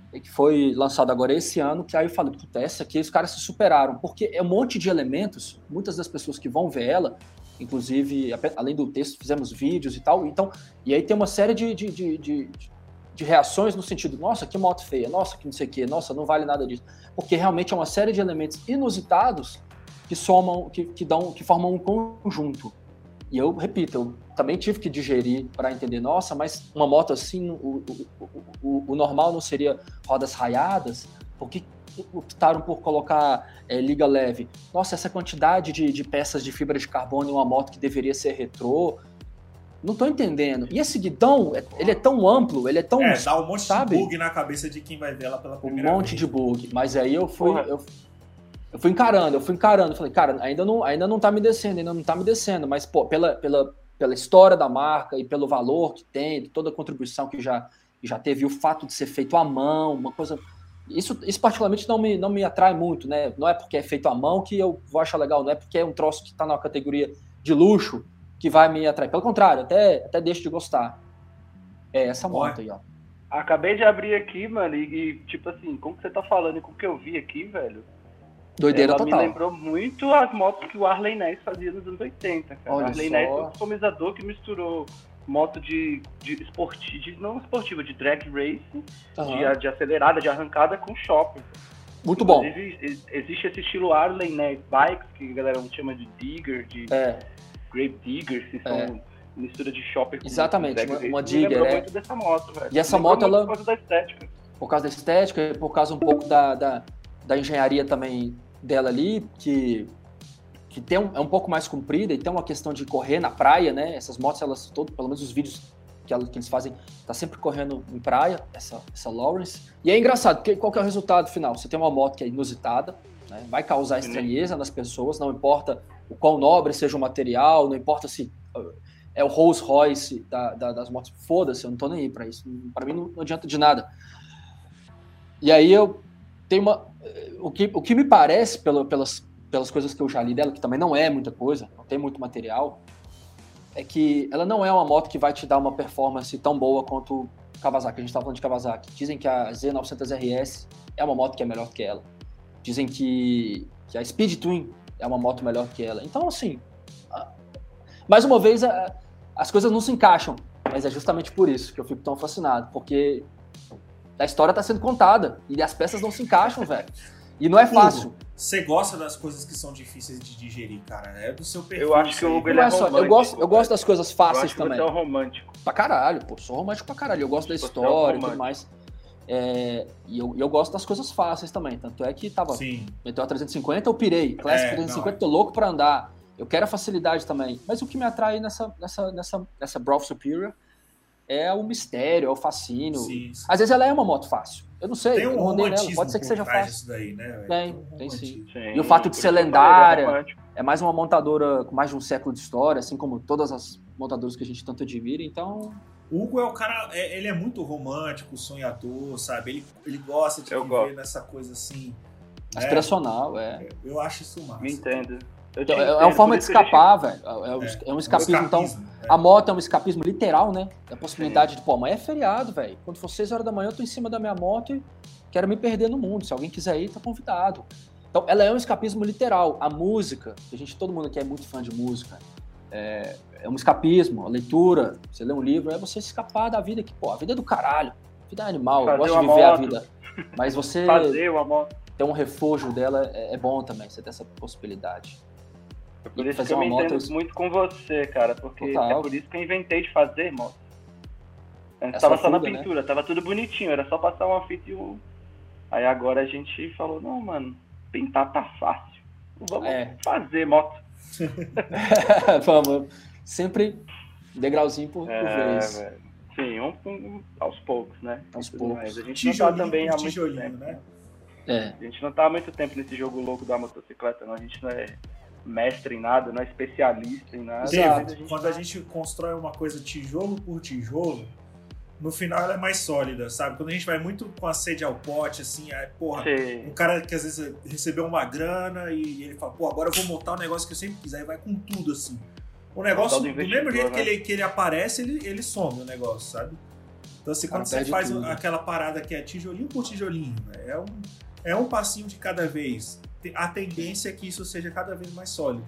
que foi lançado agora esse ano, que aí eu falei, puta, essa aqui os caras se superaram, porque é um monte de elementos, muitas das pessoas que vão ver ela, inclusive, além do texto, fizemos vídeos e tal, então, e aí tem uma série de, de, de, de, de reações no sentido, nossa, que moto feia, nossa, que não sei o quê, nossa, não vale nada disso, porque realmente é uma série de elementos inusitados que somam, que, que, dão, que formam um conjunto. E eu, repito, eu também tive que digerir para entender, nossa, mas uma moto assim, o, o, o, o normal não seria rodas raiadas? Por que optaram por colocar é, liga leve? Nossa, essa quantidade de, de peças de fibra de carbono em uma moto que deveria ser retrô, não estou entendendo. E esse guidão, ele é tão amplo, ele é tão... É, dá um monte sabe? de bug na cabeça de quem vai ver ela pela primeira vez. Um monte vez. de bug, mas aí eu fui... Eu, Eu fui encarando, eu fui encarando, falei, cara, ainda não, ainda não tá me descendo, ainda não tá me descendo, mas, pô, pela, pela, pela história da marca e pelo valor que tem, toda a contribuição que já, que já teve, o fato de ser feito à mão, uma coisa... Isso, isso particularmente não me, não me atrai muito, né? Não é porque é feito à mão que eu vou achar legal, não é porque é um troço que tá na categoria de luxo que vai me atrair. Pelo contrário, até, até deixo de gostar. É essa moto aí, ó. Acabei de abrir aqui, mano, e, e tipo assim, como que você tá falando e com o que eu vi aqui, velho? Doideira ela total. Me lembrou muito as motos que o Harley Ness fazia nos anos oitenta, cara. Olha o Harley só. Ness foi um customizador que misturou moto de, de esportiva, de, não esportiva, de drag race, uhum. de, de acelerada, de arrancada com shopping. Muito bom. Inclusive, existe esse estilo Harley Ness Bikes, que a galera chama de Digger, de é. Grave Diggers, que são é. mistura de shopping com exatamente, uma, uma Me Digger. lembrou é. muito dessa moto, velho. E essa moto, ela... Por causa da estética. Por causa da estética, por causa um pouco da, da, da engenharia também dela ali, que, que tem um, é um pouco mais comprida e tem uma questão de correr na praia, né? Essas motos, elas, todo, pelo menos os vídeos que, ela, que eles fazem, tá sempre correndo em praia, essa, essa Lawrence. E é engraçado, porque qual que é o resultado final? Você tem uma moto que é inusitada, né? Vai causar estranheza nas pessoas, não importa o quão nobre seja o material, não importa se é o Rolls Royce da, da, das motos, foda-se, eu não tô nem aí pra isso, pra mim não, não adianta de nada. E aí eu tenho uma... O que, o que me parece, pelo, pelas, pelas coisas que eu já li dela, que também não é muita coisa, não tem muito material, é que ela não é uma moto que vai te dar uma performance tão boa quanto Kawasaki. A gente estava falando de Kawasaki. Dizem que a Z novecentos R S é uma moto que é melhor que ela. Dizem que, que a Speed Twin é uma moto melhor que ela. Então, assim, mais uma vez, a, as coisas não se encaixam. Mas é justamente por isso que eu fico tão fascinado, porque a história está sendo contada e as peças não se encaixam, velho. E não é fácil. Você gosta das coisas que são difíceis de digerir, cara. É do seu perfil. Eu acho que o Hugo ele é romântico. Eu gosto, eu gosto das coisas fáceis eu acho que também. Você é um romântico. Pra caralho, pô. Sou romântico pra caralho. Eu gosto da história e tudo mais. É, e eu, eu gosto das coisas fáceis também. Tanto é que tava... Sim. Meteu a trezentos e cinquenta, eu pirei. Classic É, trezentos e cinquenta, não. tô louco pra andar. Eu quero a facilidade também. Mas o que me atrai nessa, nessa, nessa, nessa Broth Superior é o mistério, é o fascínio. Sim, sim. Às vezes ela é uma moto fácil. Eu não sei, Tem um eu não andei nela. romantismo Pode ser que por seja trás fácil. disso daí, né, velho? Tem, um tem sim. romantismo. Sim, E o fato de ser por isso que eu falei, ele é lendária, romântico. é mais uma montadora com mais de um século de história, assim como todas as montadoras que a gente tanto admira, então... O Hugo é o cara, é- ele é muito romântico, sonhador, sabe? Ele, ele gosta de Eu viver gosto. nessa coisa assim. né? Aspiracional, é. Eu acho isso massa. Me entendo. Eu te É, é entendo, uma forma por de isso que a gente- escapar, velho. É, é um- É, é um escapismo, então... é. A moto é um escapismo literal, né? É a possibilidade de, pô, amanhã é feriado, velho. Quando for seis horas da manhã, eu tô em cima da minha moto e quero me perder no mundo. Se alguém quiser ir, tá convidado. Então, ela é um escapismo literal. A música, a gente, todo mundo aqui é muito fã de música, é, é um escapismo. A leitura, você lê um livro, é você escapar da vida que, pô, a vida é do caralho. A vida é animal, eu Fazer gosto de uma viver a moto. vida. Mas você Fazer uma moto. ter um refúgio dela é, é bom também, você ter essa possibilidade. É por E isso fazer que eu uma me moto, entendo eu- muito com você, cara, porque Total. é por isso que eu inventei de fazer moto. Antes Essa tava só na fuga, né? pintura, tava tudo bonitinho, era só passar uma fita e um... Aí agora a gente falou, não, mano, pintar tá fácil. Vamos É. fazer moto. Vamos, sempre degrauzinho por, por É, vez. velho. Sim, um, um- aos poucos, né? Aos E tudo poucos. mais. A gente não tá Tijolinho também por há muito tijolinho, tempo. né? É. A gente não tá há muito tempo nesse jogo louco da motocicleta, não. A gente não é mestre em nada, não é especialista em nada. Exato. mas a gente Quando tá- a gente constrói uma coisa tijolo por tijolo, no final ela é mais sólida, sabe? Quando a gente vai muito com a sede ao pote, assim, aí, porra, Sim. um cara que às vezes recebeu uma grana e ele fala, pô, agora eu vou montar um negócio que eu sempre quis, aí vai com tudo, assim. O negócio, O tal do do mesmo investidor, jeito que né? ele, que ele aparece, ele, ele some o negócio, sabe? Então, assim, quando você faz tudo. Aquela parada que é tijolinho por tijolinho, né? é, um, é um passinho de cada vez. A tendência é que isso seja cada vez mais sólido.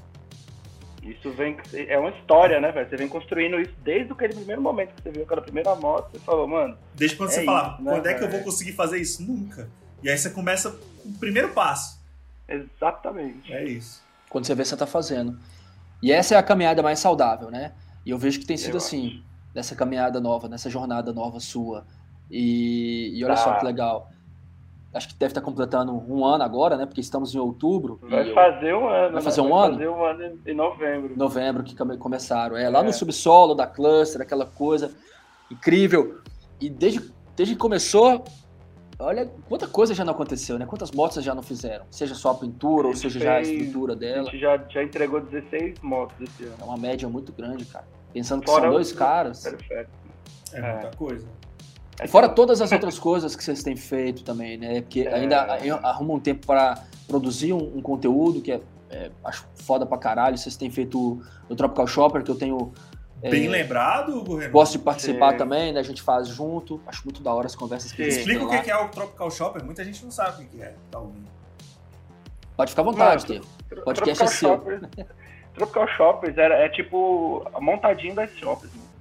Isso vem... É uma história, né, velho? Você vem construindo isso desde aquele primeiro momento que você viu aquela primeira moto, você falou, mano... Desde quando é você isso, falava, né, quando é véio? que eu vou conseguir fazer isso? Nunca. E aí você começa com o primeiro passo. Exatamente. É isso. Quando você vê, você tá fazendo. E essa é a caminhada mais saudável, né? E eu vejo que tem sido eu assim, acho. nessa caminhada nova, nessa jornada nova sua. E, e olha tá. só que legal. Acho que deve estar completando um ano agora, né? Porque estamos em outubro. Vai fazer um ano. Vai fazer né? um Vai ano? fazer um ano em novembro. Novembro que começaram. É, lá é. no subsolo da Cluster, aquela coisa incrível. E desde, desde que começou, olha quanta coisa já não aconteceu, né? Quantas motos já não fizeram. Seja só a pintura, ou seja fez, já a estrutura dela. A gente já, já entregou dezesseis motos esse ano. É uma média muito grande, cara. Pensando que Fora são dois caras. Perfeito. É muita é. coisa. E fora todas as outras coisas que vocês têm feito também, né? Porque é. ainda arruma um tempo para produzir um, um conteúdo que é, é, acho foda pra caralho. Vocês têm feito o Tropical Shopper, que eu tenho... Bem é, lembrado, Renan. Gosto de participar Sim. também, né? A gente faz junto. Acho muito da hora as conversas que Explica o que lá. é o Tropical Shopper. Muita gente não sabe o que é. Tá ouvindo. Pode ficar à vontade, Tio. O podcast é seu. Shoppers, Tropical Shoppers é, é tipo a montadinha das shoppers. Né?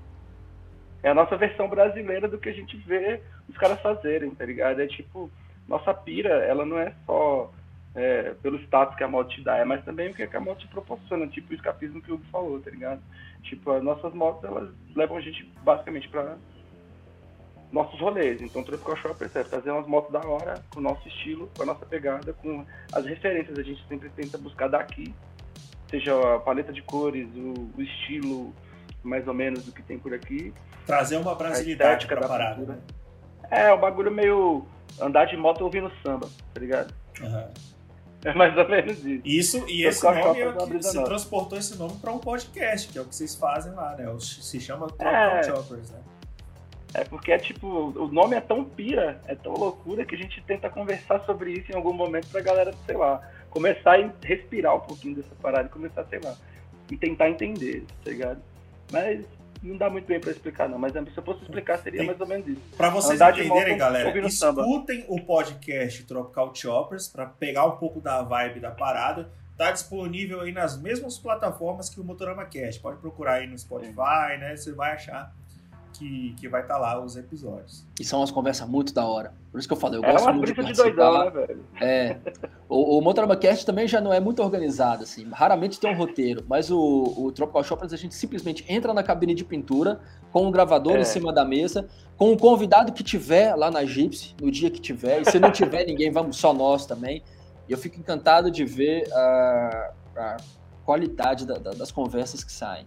É a nossa versão brasileira do que a gente vê os caras fazerem, tá ligado? É tipo, nossa pira, ela não é só é, pelo status que a moto te dá, é mais também o que a moto te proporciona, tipo o escapismo que o Hugo falou, tá ligado? Tipo, as nossas motos, elas levam a gente basicamente pra nossos rolês. Então o Tropical Shoppers é fazer umas motos da hora, com o nosso estilo, com a nossa pegada, com as referências a gente sempre tenta buscar daqui, seja a paleta de cores, o, o estilo, mais ou menos, do que tem por aqui. Trazer uma brasilidade pra parada, né? É, o bagulho meio andar de moto ouvindo samba, tá ligado? Uhum. É mais ou menos isso. Isso, e esse nome é o que você nova. transportou esse nome pra um podcast, que é o que vocês fazem lá, né? Se chama Tropical é, Shoppers, né? É porque é tipo, o nome é tão pira, é tão loucura que a gente tenta conversar sobre isso em algum momento pra galera, sei lá, começar a respirar um pouquinho dessa parada e começar, sei lá, e tentar entender, tá ligado? Mas não dá muito bem pra explicar, não. Mas se eu fosse explicar, seria Tem. mais ou menos isso. Pra vocês Andar entenderem, moto, galera, escutem samba. o podcast Tropical Shoppers pra pegar um pouco da vibe da parada. Tá disponível aí nas mesmas plataformas que o Motorama Cast. Pode procurar aí no Spotify, né? Você vai achar que, que vai estar tá lá os episódios. E são umas conversas muito da hora. Por isso que eu falei, eu é gosto uma muito de participar. De doidão, né, velho? É. O, o Motorama Cast também já não é muito organizado, assim. Raramente tem um roteiro. Mas o, o Tropical Shoppers, a gente simplesmente entra na cabine de pintura com o gravador é. em cima da mesa, com o convidado que tiver lá na Gypsy, no dia que tiver. E se não tiver ninguém, vamos só nós também. E eu fico encantado de ver a, a qualidade da, da, das conversas que saem.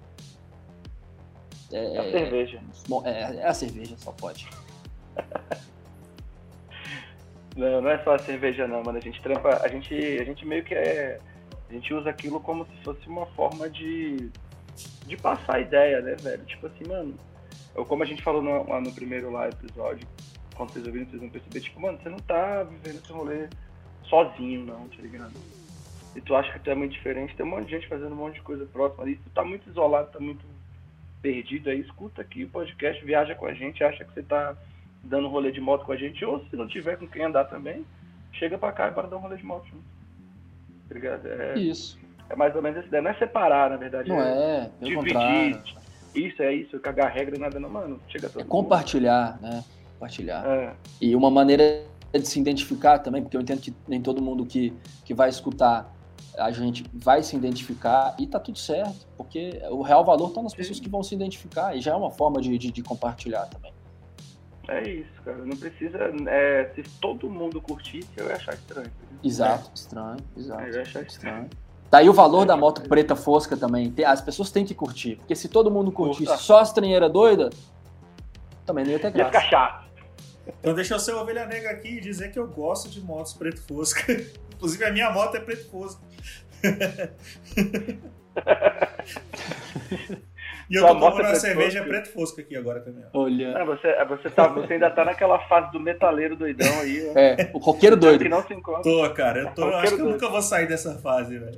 É, é a cerveja. É, é a cerveja, só pode. Não, não é só a cerveja não, mano. A gente trampa, a gente, a gente meio que é... A gente usa aquilo como se fosse uma forma de... de passar ideia, né, velho? Tipo assim, mano... Eu, como a gente falou no, lá no primeiro lá episódio, quando vocês ouviram, vocês vão perceber, tipo, mano, você não tá vivendo esse rolê sozinho, não, tá ligado? E tu acha que tu é muito diferente, tem um monte de gente fazendo um monte de coisa próxima ali, tu tá muito isolado, tá muito perdido aí, escuta aqui o podcast, viaja com a gente, acha que você tá dando rolê de moto com a gente, ou se não tiver com quem andar também, chega pra cá e para dar um rolê de moto junto. Tá ligado? É, isso. É mais ou menos essa ideia, não é separar, na verdade. Não é, é pelo contrário. Isso, é isso, cagar regra, nada não, mano, chega todo É compartilhar, mundo. né? Compartilhar. É. E uma maneira de se identificar também, porque eu entendo que nem todo mundo que, que vai escutar a gente vai se identificar e tá tudo certo, porque o real valor tá nas Sim. pessoas que vão se identificar e já é uma forma de, de, de compartilhar também. É isso, cara, não precisa, é, se todo mundo curtisse, eu ia achar estranho. Exato, é. estranho, exato. Eu ia achar estranho. estranho. Tá aí o valor é. da moto preta fosca também, as pessoas têm que curtir, porque se todo mundo curtisse Puta. só as trinheiras doidas, também não ia ter graça. Ia ficar chato. Então deixa eu ser ovelha negra aqui e dizer que eu gosto de motos preto fosca. Inclusive a minha moto é preto fosca. E eu Sua tô tomando uma cerveja fosca. preto fosca aqui agora também. Ó. Olha. Ah, você, você, tá, você ainda tá naquela fase do metaleiro doidão aí. Ó. É, o roqueiro doido. Que não se encontra. Tô, cara. Eu tô, acho que eu nunca vou sair dessa fase, velho.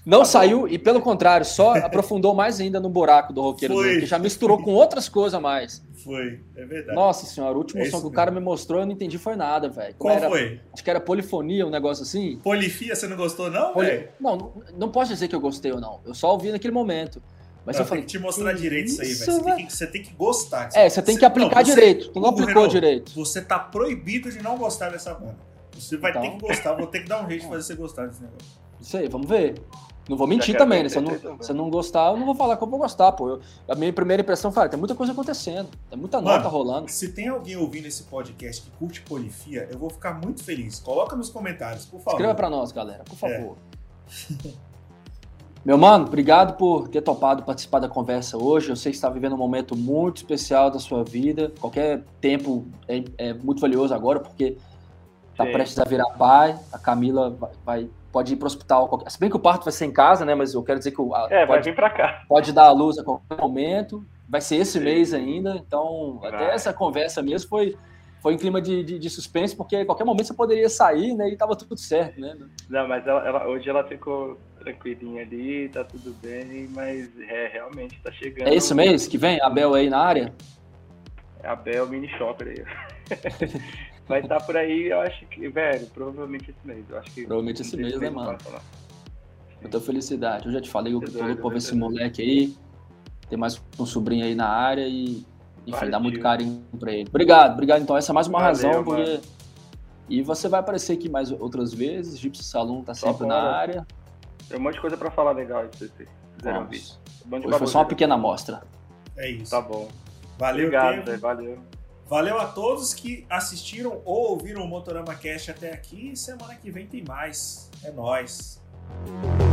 Não tá saiu, bom. E pelo contrário, só aprofundou mais ainda no buraco do roqueiro Foi. dele, que já misturou com outras coisas a mais. Foi, é verdade. Nossa senhora, o último é som que mesmo. o cara me mostrou, eu não entendi foi nada, velho. Qual era, foi? Acho que era polifonia, um negócio assim. Polifia, você não gostou não, Poli... velho? Não, não, não posso dizer que eu gostei ou não. Eu só ouvi naquele momento. Mas não, eu falei, tem que te mostrar que direito isso aí, velho. Você, tem que, você tem que gostar. É, você tem que aplicar não, você, direito. Tu não aplicou Renault, direito. Você tá proibido de não gostar dessa banda. Você vai então... ter que gostar, vou ter que dar um jeito de fazer você gostar desse negócio. Isso aí, vamos ver. Não vou mentir também, né? Se eu não, se eu não gostar, eu não vou falar que eu vou gostar, pô. Eu, a minha primeira impressão, fala, tem muita coisa acontecendo, tem muita Mano, nota rolando. Se tem alguém ouvindo esse podcast que curte polifia, eu vou ficar muito feliz. Coloca nos comentários, por favor. Escreva pra nós, galera, por favor. É. Meu mano, obrigado por ter topado participar da conversa hoje. Eu sei que você está vivendo um momento muito especial da sua vida. Qualquer tempo é, é muito valioso agora, porque tá Sim. prestes a virar pai. A Camila vai... vai pode ir para o hospital, se bem que o parto vai ser em casa, né? Mas eu quero dizer que o, é, pode, vai vir para cá. Pode dar a luz a qualquer momento. Vai ser esse Sim. mês ainda. Então, vai. Até essa conversa mesmo foi, foi em clima de, de, de suspense, porque a qualquer momento você poderia sair, né? E tava tudo certo, né? Não, mas ela, ela, hoje ela ficou tranquilinha ali, tá tudo bem, mas é, realmente tá chegando. É esse mês que vem? A Bel aí na área? A Bel mini shopper aí. Vai estar por aí, eu acho que, velho, provavelmente esse mês. Eu acho que provavelmente esse mês, né, mano? Muita felicidade. Eu já te falei, eu tô louco pra ver esse moleque aí. Tem mais um sobrinho aí na área e, enfim, Valeu, dá muito tio. carinho pra ele. Obrigado, obrigado. Então, essa é mais uma Valeu, razão, porque... Mano. E você vai aparecer aqui mais outras vezes. Gypsy Saloon tá sempre na área. Tem um monte de coisa pra falar legal aí, se vocês quiserem ouvir. Um Hoje foi só uma pequena amostra. É isso. Tá bom. Valeu, Obrigado, velho. Valeu. Valeu a todos que assistiram ou ouviram o Motorama Cast até aqui. Semana que vem tem mais. É nóis.